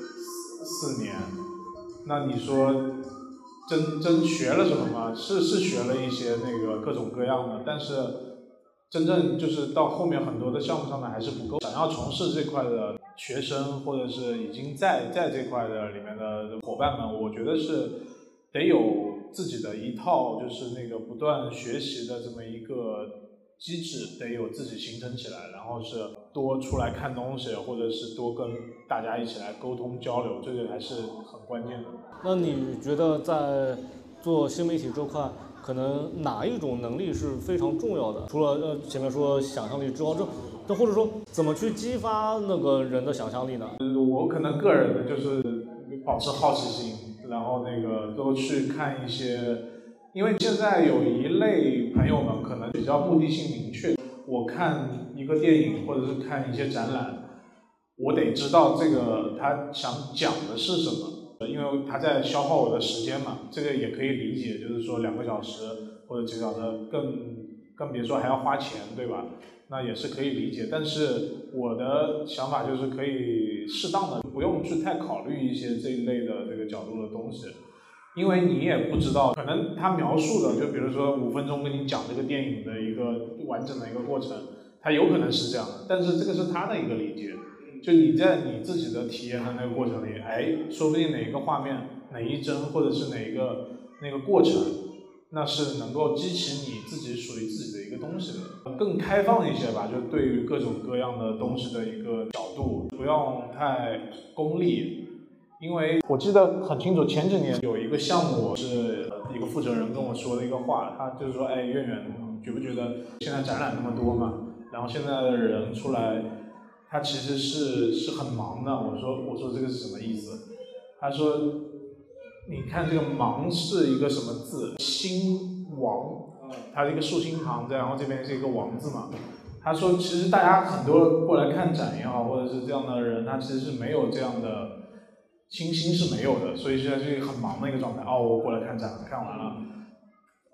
4年，那你说真学了什么吗？是学了一些那个各种各样的，但是真正就是到后面很多的项目上面还是不够。想要从事这块的学生或者是已经在这块的里面的伙伴们，我觉得是得有自己的一套就是那个不断学习的这么一个机制，得有自己形成起来，然后是多出来看东西，或者是多跟大家一起来沟通交流，这个还是很关键的。 那你觉得在做新媒体这块，可能哪一种能力是非常重要的？除了前面说想象力之外，这或者说怎么去激发那个人的想象力呢？ 我可能个人的就是保持好奇心，然后那个多去看一些，因为现在有一类朋友们可能比较目的性明确，我看一个电影或者是看一些展览，我得知道这个他想讲的是什么，因为他在消耗我的时间嘛，这个也可以理解，就是说2个小时或者几个小时，更别说还要花钱，对吧？那也是可以理解，但是我的想法就是可以适当的，不用去太考虑一些这一类的这个角度的东西，因为你也不知道，可能他描述的，就比如说5分钟跟你讲这个电影的一个完整的一个过程，他有可能是这样的，但是这个是他的一个理解，就你在你自己的体验的那个过程里，哎，说不定哪一个画面、哪一帧，或者是哪一个那个过程，那是能够激起你自己属于自己的一个东西的，更开放一些吧，就对于各种各样的东西的一个角度，不要太功利。因为我记得很清楚，前几年有一个项目是一个负责人跟我说的一个话，他就是说，哎，苑苑，你觉不觉得现在展览那么多嘛，然后现在的人出来，他其实是很忙的。我说这个是什么意思？他说，你看这个忙是一个什么字？心王，它是一个竖心旁，然后这边是一个王字嘛。他说，其实大家很多过来看展也好，或者是这样的人，他其实是没有这样的心是没有的，所以现在是一个很忙的一个状态。哦，我过来看展，看完了，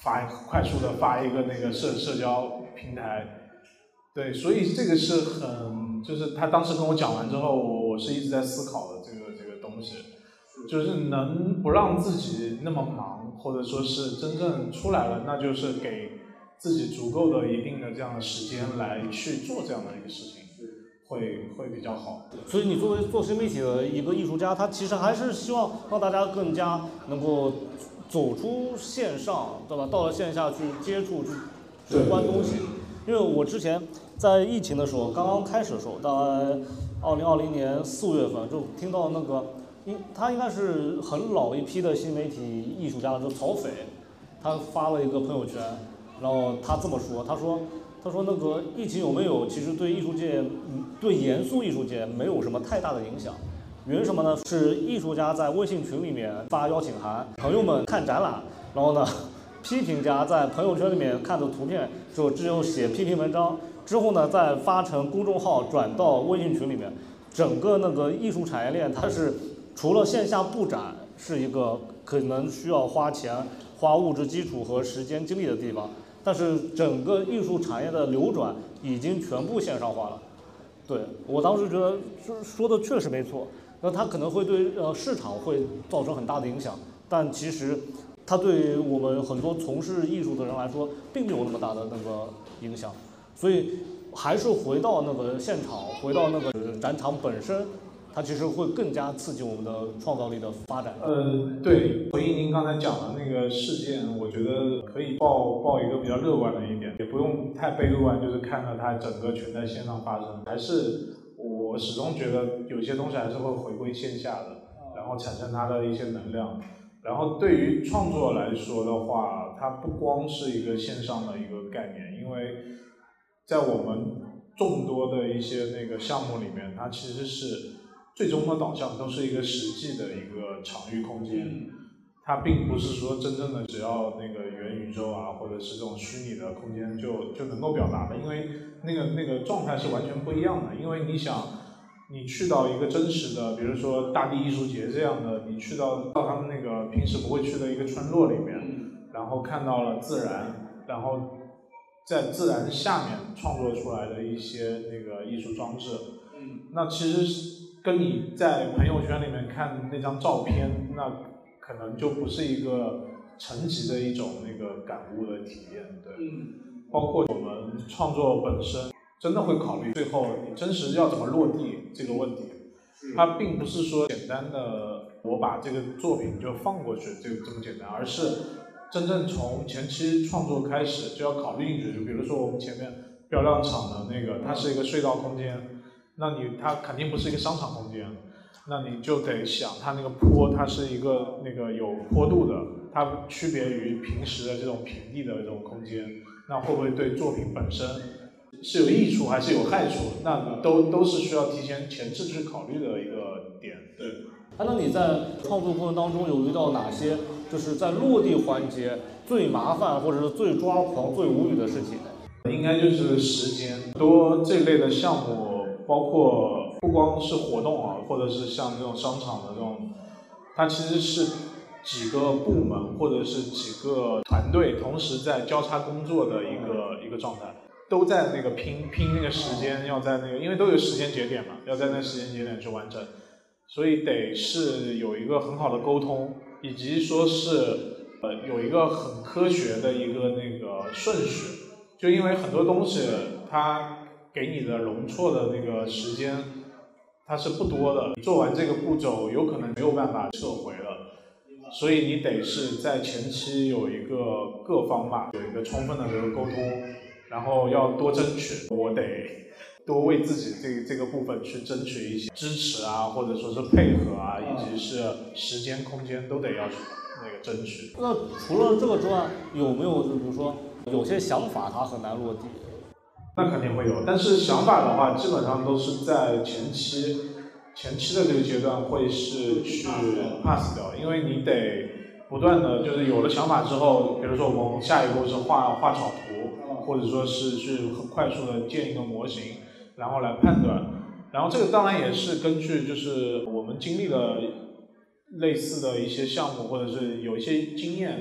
快速的发一个那个社交平台。对，所以这个是就是他当时跟我讲完之后，我是一直在思考的这个东西，就是能不让自己那么忙，或者说是真正出来了，那就是给自己足够的一定的这样的时间来去做这样的一个事情，会比较好。 所以你作为做新媒体的一个艺术家，他其实还是希望让大家更加能够走出线上，对吧？到了线下去接触、去观东西。因为我之前在疫情的时候，刚刚开始的时候，大概2020年4、5月份，就听到那个，他应该是很老一批的新媒体艺术家，就曹斐，他发了一个朋友圈，然后他这么说，他说那个疫情有没有，其实对艺术界，对严肃艺术界没有什么太大的影响。原因什么呢？是艺术家在微信群里面发邀请函，朋友们看展览，然后呢，批评家在朋友圈里面看的图片就只有写批评文章，之后呢再发成公众号转到微信群里面，整个那个艺术产业链它是除了线下布展是一个可能需要花钱、花物质基础和时间精力的地方，但是整个艺术产业的流转已经全部线上化了。对，我当时觉得说的确实没错，那它可能会对市场会造成很大的影响，但其实它对我们很多从事艺术的人来说，并没有那么大的那个影响，所以还是回到那个现场，回到那个展场本身，它其实会更加刺激我们的创造力的发展。 对，回应您刚才讲的那个事件，我觉得可以抱一个比较乐观的一点，也不用太悲观，就是看到它整个全在线上发生，还是我始终觉得有些东西还是会回归线下的，然后产生它的一些能量。然后对于创作来说的话，它不光是一个线上的一个概念，因为在我们众多的一些那个项目里面，它其实是最终的导向都是一个实际的一个场域空间，它并不是说真正的只要那个元宇宙啊，或者是这种虚拟的空间就能够表达的，因为那个状态是完全不一样的。因为你想，你去到一个真实的，比如说大地艺术节这样的，你去到他们那个平时不会去的一个村落里面，然后看到了自然，然后在自然下面创作出来的一些那个艺术装置，那其实跟你在朋友圈里面看那张照片，那可能就不是一个层级的一种那个感悟的体验，对。包括我们创作本身，真的会考虑最后你真实要怎么落地这个问题。它并不是说简单的我把这个作品就放过去这么简单，而是真正从前期创作开始就要考虑进去。就比如说我们前面漂亮场的那个，它是一个隧道空间，那它肯定不是一个商场空间，那你就得想它那个坡，它是一个那个有坡度的，它区别于平时的这种平地的这种空间，那会不会对作品本身是有益处还是有害处？那都是需要提前前置去考虑的一个点。对。 那你在创作过程当中有遇到哪些就是在落地环节最麻烦或者是最抓狂、最无语的事情？ 应该就是时间。很多这类的项目，包括不光是活动啊，或者是像这种商场的这种，它其实是几个部门或者是几个团队同时在交叉工作的一个状态，都在那个拼那个时间，要在那个，因为都有时间节点嘛，要在那时间节点去完成，所以得是有一个很好的沟通，以及说是有一个很科学的一个那个顺序。就因为很多东西它给你的容错的那个时间它是不多的，做完这个步骤有可能没有办法撤回了，所以你得是在前期有一个各方吧，有一个充分的这个沟通，然后要多争取，我得多为自己这个部分去争取一些支持啊，或者说是配合啊，以及是时间空间都得要去那个争取。 那除了这个之外，有没有就比如说有些想法它很难落地？ 那肯定会有，但是想法的话，基本上都是在前期的这个阶段会是去 pass 掉，因为你得不断的就是有了想法之后，比如说我们下一步是画草图，或者说是去很快速的建一个模型，然后来判断，然后这个当然也是根据就是我们经历了类似的一些项目，或者是有一些经验，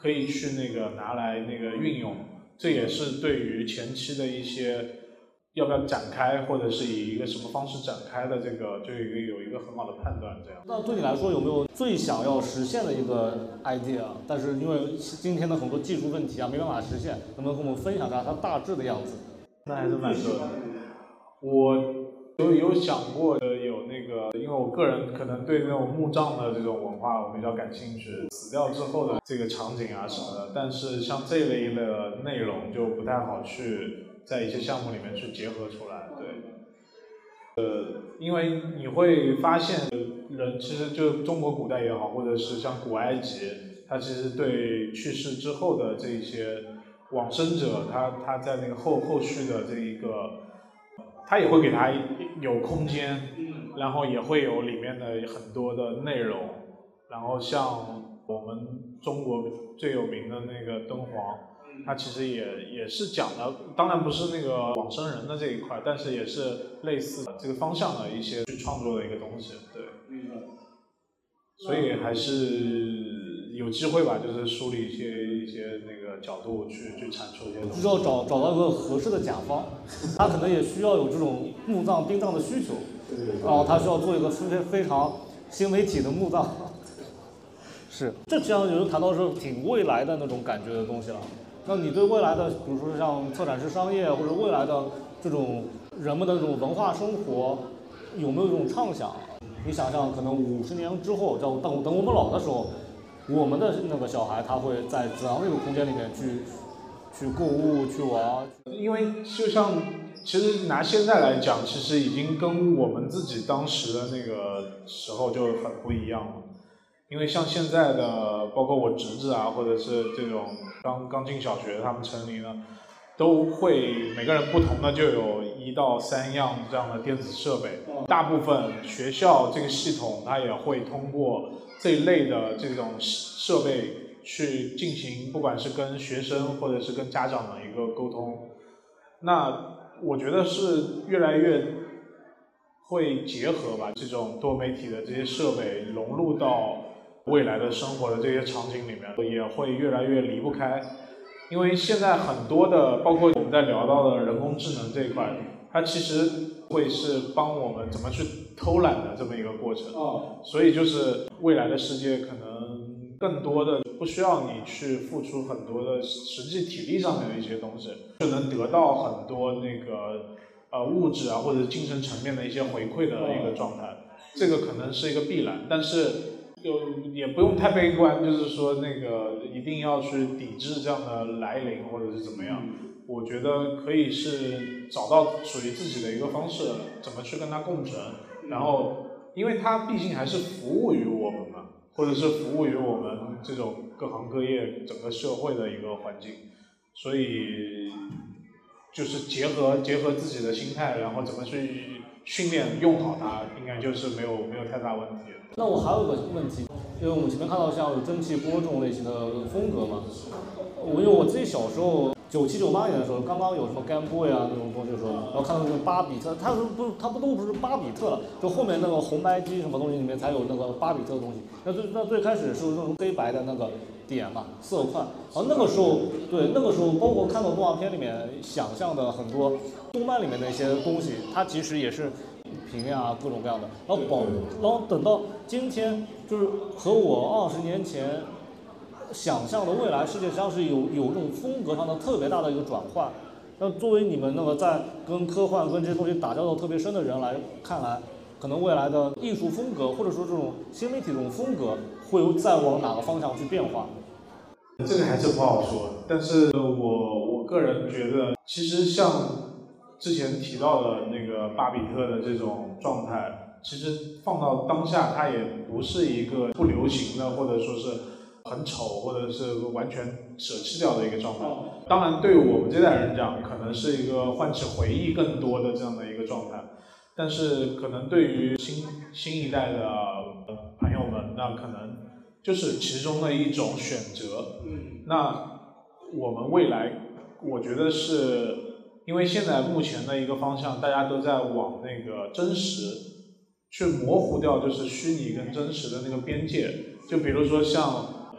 可以去那个拿来那个运用，这也是对于前期的一些要不要展开，或者是以一个什么方式展开的这个，就有一个很好的判断。这样。 那对你来说有没有最想要实现的一个 idea？ 但是因为今天的很多技术问题啊，没办法实现，能不能跟我们分享一下它大致的样子？ 那还是蛮多的。我有想过有那个，因为我个人可能对那种墓葬的这种文化我比较感兴趣，死掉之后的这个场景啊什么的。但是像这一类的内容就不太好去在一些项目里面去结合出来，对。因为你会发现人其实就中国古代也好，或者是像古埃及，他其实对去世之后的这一些往生者，他在那个后续的这一个，他也会给他有空间，然后也会有里面的很多的内容，然后像我们中国最有名的那个敦煌，它其实也是讲的，当然不是那个往生人的这一块，但是也是类似这个方向的一些去创作的一个东西，对。所以还是有机会吧，就是梳理一些那个角度去阐述一些东西。 需要找到一个合适的甲方，他可能也需要有这种墓葬殡葬的需求，然后他需要做一个非常新媒体的墓葬。是，这实际上有谈到是挺未来的那种感觉的东西了。那你对未来的，比如说像策展式商业或者未来的这种人们的这种文化生活，有没有一种畅想？你想象可能50年之后，等我们老的时候，我们的那个小孩他会在怎样的一个空间里面去购物去玩？ 因为就像其实拿现在来讲，其实已经跟我们自己当时的那个时候就很不一样了。因为像现在的，包括我侄子啊，或者是这种刚进小学他们城里呢，都会每个人不同的就有1到3样这样的电子设备。大部分学校这个系统它也会通过这一类的这种设备去进行，不管是跟学生或者是跟家长的一个沟通。那我觉得是越来越会结合吧，这种多媒体的这些设备融入到未来的生活的这些场景里面，也会越来越离不开。因为现在很多的，包括我们在聊到的人工智能这一块，它其实会是帮我们怎么去偷懒的这么一个过程。所以就是未来的世界可能更多的不需要你去付出很多的实际体力上面的一些东西，就能得到很多那个物质啊或者精神层面的一些回馈的一个状态。这个可能是一个必然，但是也不用太悲观，就是说那个一定要去抵制这样的来临或者是怎么样。我觉得可以是找到属于自己的一个方式，怎么去跟它共存。然后，因为它毕竟还是服务于我们嘛，或者是服务于我们这种各行各业整个社会的一个环境，所以就是结合自己的心态，然后怎么去训练用好它，应该就是没有太大问题。 那我还有个问题，因为我们前面看到像有蒸汽波这种类型的风格嘛，因为我自己小时候97、98年的时候，刚刚有什么 Game Boy 啊那种东西的时候，然后看到那种巴比特，它都不是巴比特了，就后面那个红白机什么东西里面才有那个巴比特的东西。那最开始是那种黑白的那个点嘛，色块。然后那个时候包括看到动画片里面想象的很多动漫里面的一些东西，它其实也是屏啊各种各样的。然后等到今天，就是和我20年前想象的未来世界实际上是有这种风格上的特别大的一个转换。那作为你们那个在跟科幻跟这些东西打交道特别深的人来看来，可能未来的艺术风格或者说这种新媒体这种风格会再往哪个方向去变化？ 这个还是不好说，但是我个人觉得，其实像之前提到的那个巴比特的这种状态，其实放到当下，它也不是一个不流行的，或者说是很丑，或者是完全舍弃掉的一个状态。当然，对于我们这代人讲，可能是一个唤起回忆更多的这样的一个状态。但是，可能对于新一代的朋友们，那可能就是其中的一种选择。那我们未来，我觉得是因为现在目前的一个方向，大家都在往那个真实去模糊掉，就是虚拟跟真实的那个边界。就比如说像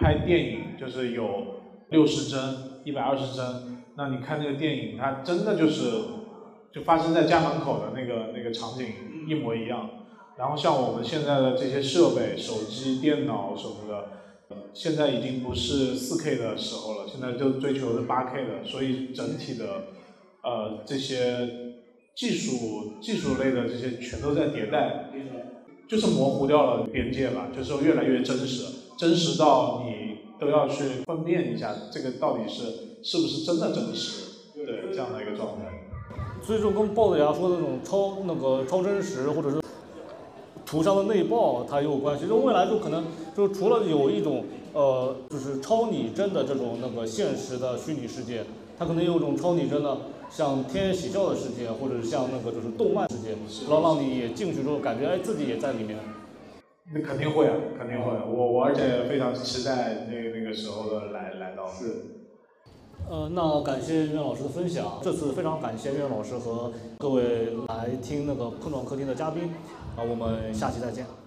拍电影就是有60帧、120帧，那你看那个电影，它真的就发生在家门口的那个场景一模一样。然后像我们现在的这些设备，手机、电脑什么的，现在已经不是4K 的时候了，现在就追求是8K 的，所以整体的这些技术类的这些全都在迭代，就是模糊掉了边界吧，就是越来越真实到你都要去分辨一下这个到底是不是真的真实，对这样的一个状态。 所以说跟鲍子牙说的那种超真实或者是图像的内爆，它也有关系。就未来就可能就除了有一种就是超拟真的这种现实的虚拟世界，它可能有一种超拟真的像天野喜孝的世界，或者是像就是动漫世界，然后让你也进去之后感觉自己也在里面。 那肯定会啊，肯定会。我而且非常期待那个时候的来到。 是。那感谢岳老师的分享。这次非常感谢岳老师和各位来听碰撞客厅的嘉宾。我们下期再见。